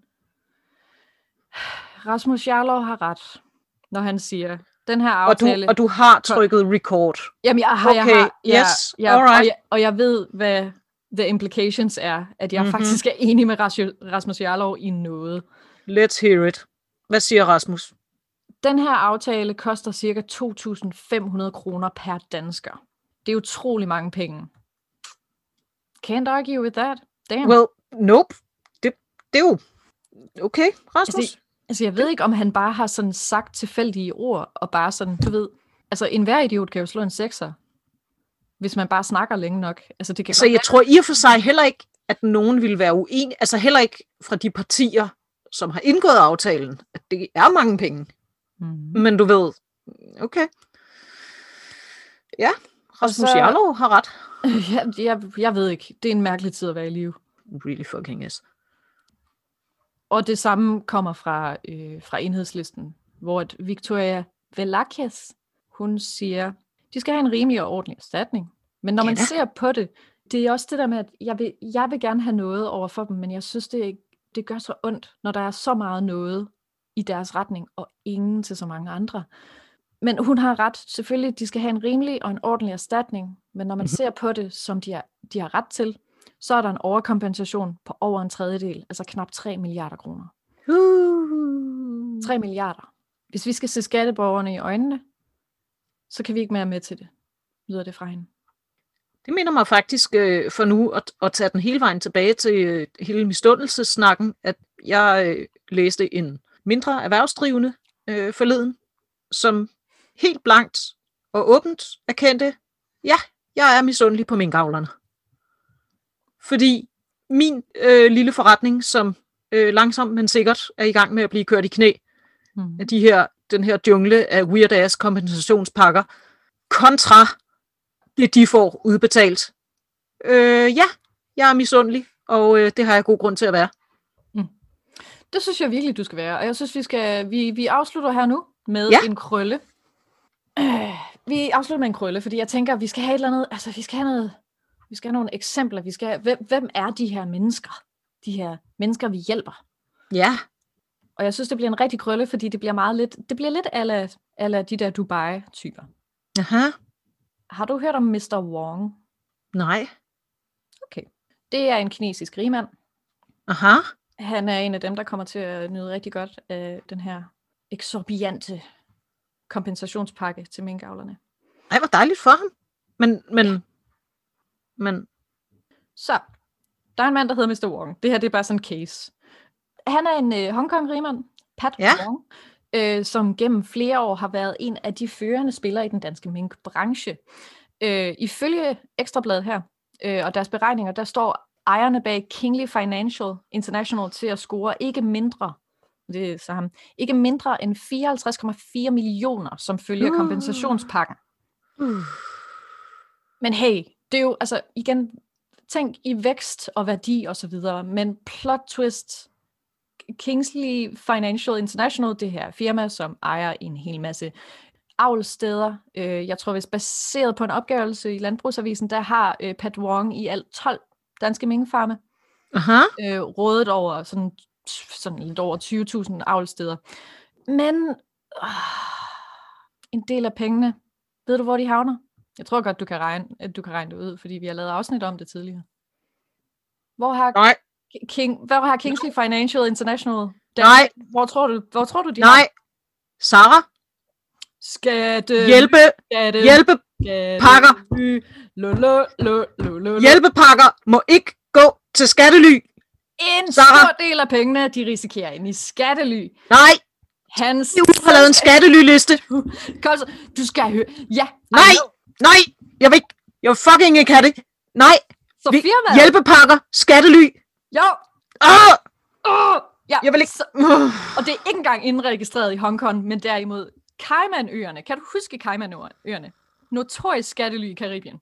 Rasmus Jarlov har ret, når han siger, den her aftale... Og du har trykket record. Jamen, jeg har, yes, alright. Og jeg ved, hvad the implications er, at jeg faktisk er enig med Rasmus Jarlov i noget. Let's hear it. Hvad siger Rasmus? Den her aftale koster ca. 2.500 kroner per dansker. Det er utrolig mange penge. Can't argue with that. Damn. Well, nope. Det er jo... Okay, Rasmus. Altså, jeg ved ikke, om han bare har sådan sagt tilfældige ord, og bare sådan, du ved... Altså, enhver idiot kan jo slå en sekser, hvis man bare snakker længe nok. Altså, det kan så jeg tror i og for sig heller ikke, at nogen vil være uenig. Altså, heller ikke fra de partier, som har indgået aftalen, at det er mange penge. Men du ved, okay. Ja, Rasmus Jarlov har ret. Jeg ved ikke. Det er en mærkelig tid at være i live. Really fucking is. Og det samme kommer fra Enhedslisten, hvor Victoria Velasquez, hun siger, de skal have en rimelig og ordentlig erstatning. Men når man ser på det, det er også det der med, at jeg vil gerne have noget over for dem, men jeg synes, det gør så ondt, når der er så meget noget i deres retning, og ingen til så mange andre. Men hun har ret. Selvfølgelig, de skal have en rimelig og en ordentlig erstatning, men når man ser på det, som de har ret til, så er der en overkompensation på over en tredjedel, altså knap 3 milliarder kroner. 3 milliarder. Hvis vi skal se skatteborgerne i øjnene, så kan vi ikke mere med til det, lyder det fra hende. Det minder mig faktisk for nu at tage den hele vejen tilbage til hele misundelsessnakken, at jeg læste en mindre erhvervsdrivende forleden, som helt blankt og åbent erkendte, ja, jeg er misundelig på minkavlerne. Fordi min lille forretning, som langsomt, men sikkert er i gang med at blive kørt i knæ, af den her jungle af weird-ass kompensationspakker, kontra det, de får udbetalt. Ja, jeg er misundelig, og det har jeg god grund til at være. Det synes jeg virkelig, du skal være. Og jeg synes, vi afslutter her nu med en krølle. Vi afslutter med en krølle, fordi jeg tænker, vi skal have et eller andet, altså vi skal have nogle eksempler. Hvem er de her mennesker? De her mennesker, vi hjælper. Ja. Og jeg synes, det bliver en rigtig krølle, fordi det bliver lidt ala de der Dubai-typer. Aha. Har du hørt om Mr. Wong? Nej. Okay. Det er en kinesisk rigmand. Aha. Han er en af dem, der kommer til at nyde rigtig godt af den her eksorbiante kompensationspakke til minkavlerne. Ej, hvor dejligt for ham. Men... Så, der er en mand, der hedder Mr. Wong. Det her, det er bare sådan en case. Han er en Hongkong-rigmand, Pat Wong. som gennem flere år har været en af de førende spillere i den danske minkbranche. Ifølge Ekstrabladet her, og deres beregninger, der står ejerne bag Kingly Financial International til at score ikke mindre end 54,4 millioner, som følger kompensationspakken. Men hey, det er jo, altså igen, tænk i vækst og værdi og så videre, men plot twist, Kingly Financial International, det her firma, som ejer en hel masse avlssteder. Jeg tror, hvis baseret på en opgørelse i Landbrugsavisen, der har Pat Wong i alt 12 danske minkfarme. Rådet over sådan lidt over 20.000 avlssteder. Men en del af pengene, ved du, hvor de havner? Jeg tror godt, du kan regne det ud, fordi vi har lavet afsnit om det tidligere. Hvor har Kingly Financial International? Hvor tror du, de har? Nej. Sarah? Hjælpepakker. Hjælpepakker må ikke gå til skattely. Stor del af pengene, de risikerer ind i skattely. Nej. Hans har lavet en skattelyliste. Du skal høre. Ja. Nej. Jeg vil fucking ikke have det. Nej. Så firmaet. Hjælpepakker. Skattely. Jo. Ja. Jeg vil ikke. Og det er ikke engang indregistreret i Hongkong, men derimod Caymanøerne. Kan du huske Caymanøerne? Notorisk skattely i Karibien.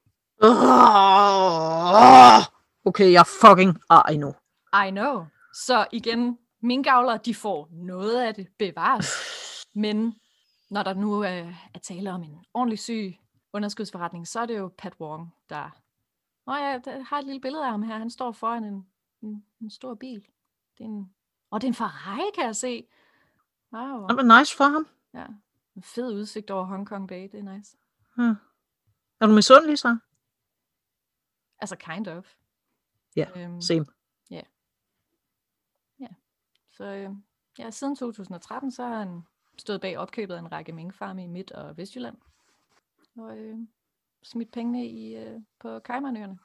Okay, jeg er fucking arg nu. I know. Så igen, minkavlere, de får noget af det bevares. Men når der nu er tale om en ordentlig syg underskudsforretning, så er det jo Pat Wong, der har et lille billede af ham her. Han står foran en stor bil. Det er en Ferrari, kan jeg se. Wow. Det er nice for ham. Ja, en fed udsigt over Hong Kong Bay, det er nice. Er du misundelig så? Altså, kind of. Ja, same. Ja. Så siden 2013, så har han stået bag opkøbet af en række minkfarme i Midt- og Vestjylland. Og smidt pengene på Caymanøerne.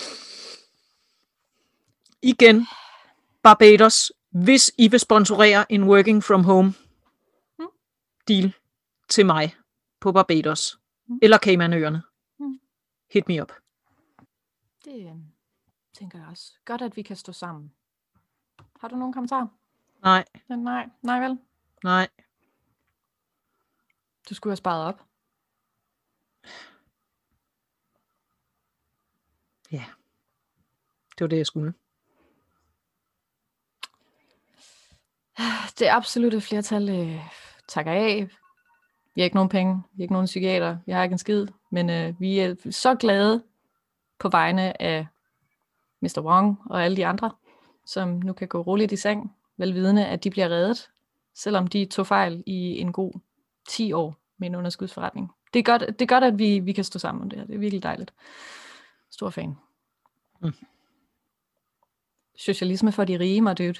Igen, Barbados, hvis I vil sponsorere en working from home deal til mig på Barbados eller Caymanøerne, hit me up. Det tænker jeg også. Godt, at vi kan stå sammen. Har du nogen kommentarer? Nej. Nej vel? Nej. Du skulle have sparet op. Ja. Det var det, jeg skulle. Det absolutte flertal takker af. Vi har ikke nogen penge. Vi har ikke nogen psykiater. Vi har ikke en skid. Men vi er så glade på vegne af Mr. Wong og alle de andre, som nu kan gå roligt i seng, velvidende, at de bliver reddet, selvom de tog fejl i en god 10 år med en underskudsforretning. Det er godt, at vi kan stå sammen om det her. Det er virkelig dejligt. Stor fan. Socialisme for de rige, dude.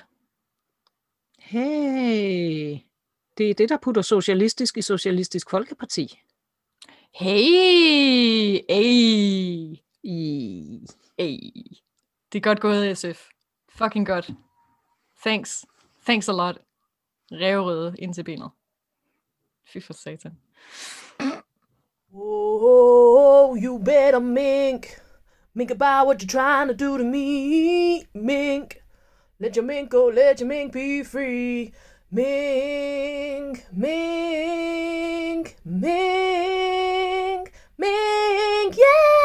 Hey, det er det, der putter socialistisk i Socialistisk Folkeparti. Hey. Det er godt gået, SF. Fucking godt. Thanks a lot. Ræverøde ind til benet. Fy for satan. Oh, you better mink. Mink about what you're trying to do to me. Mink. Let your mink go, let your mink be free. Mink, mink, mink, mink, yeah!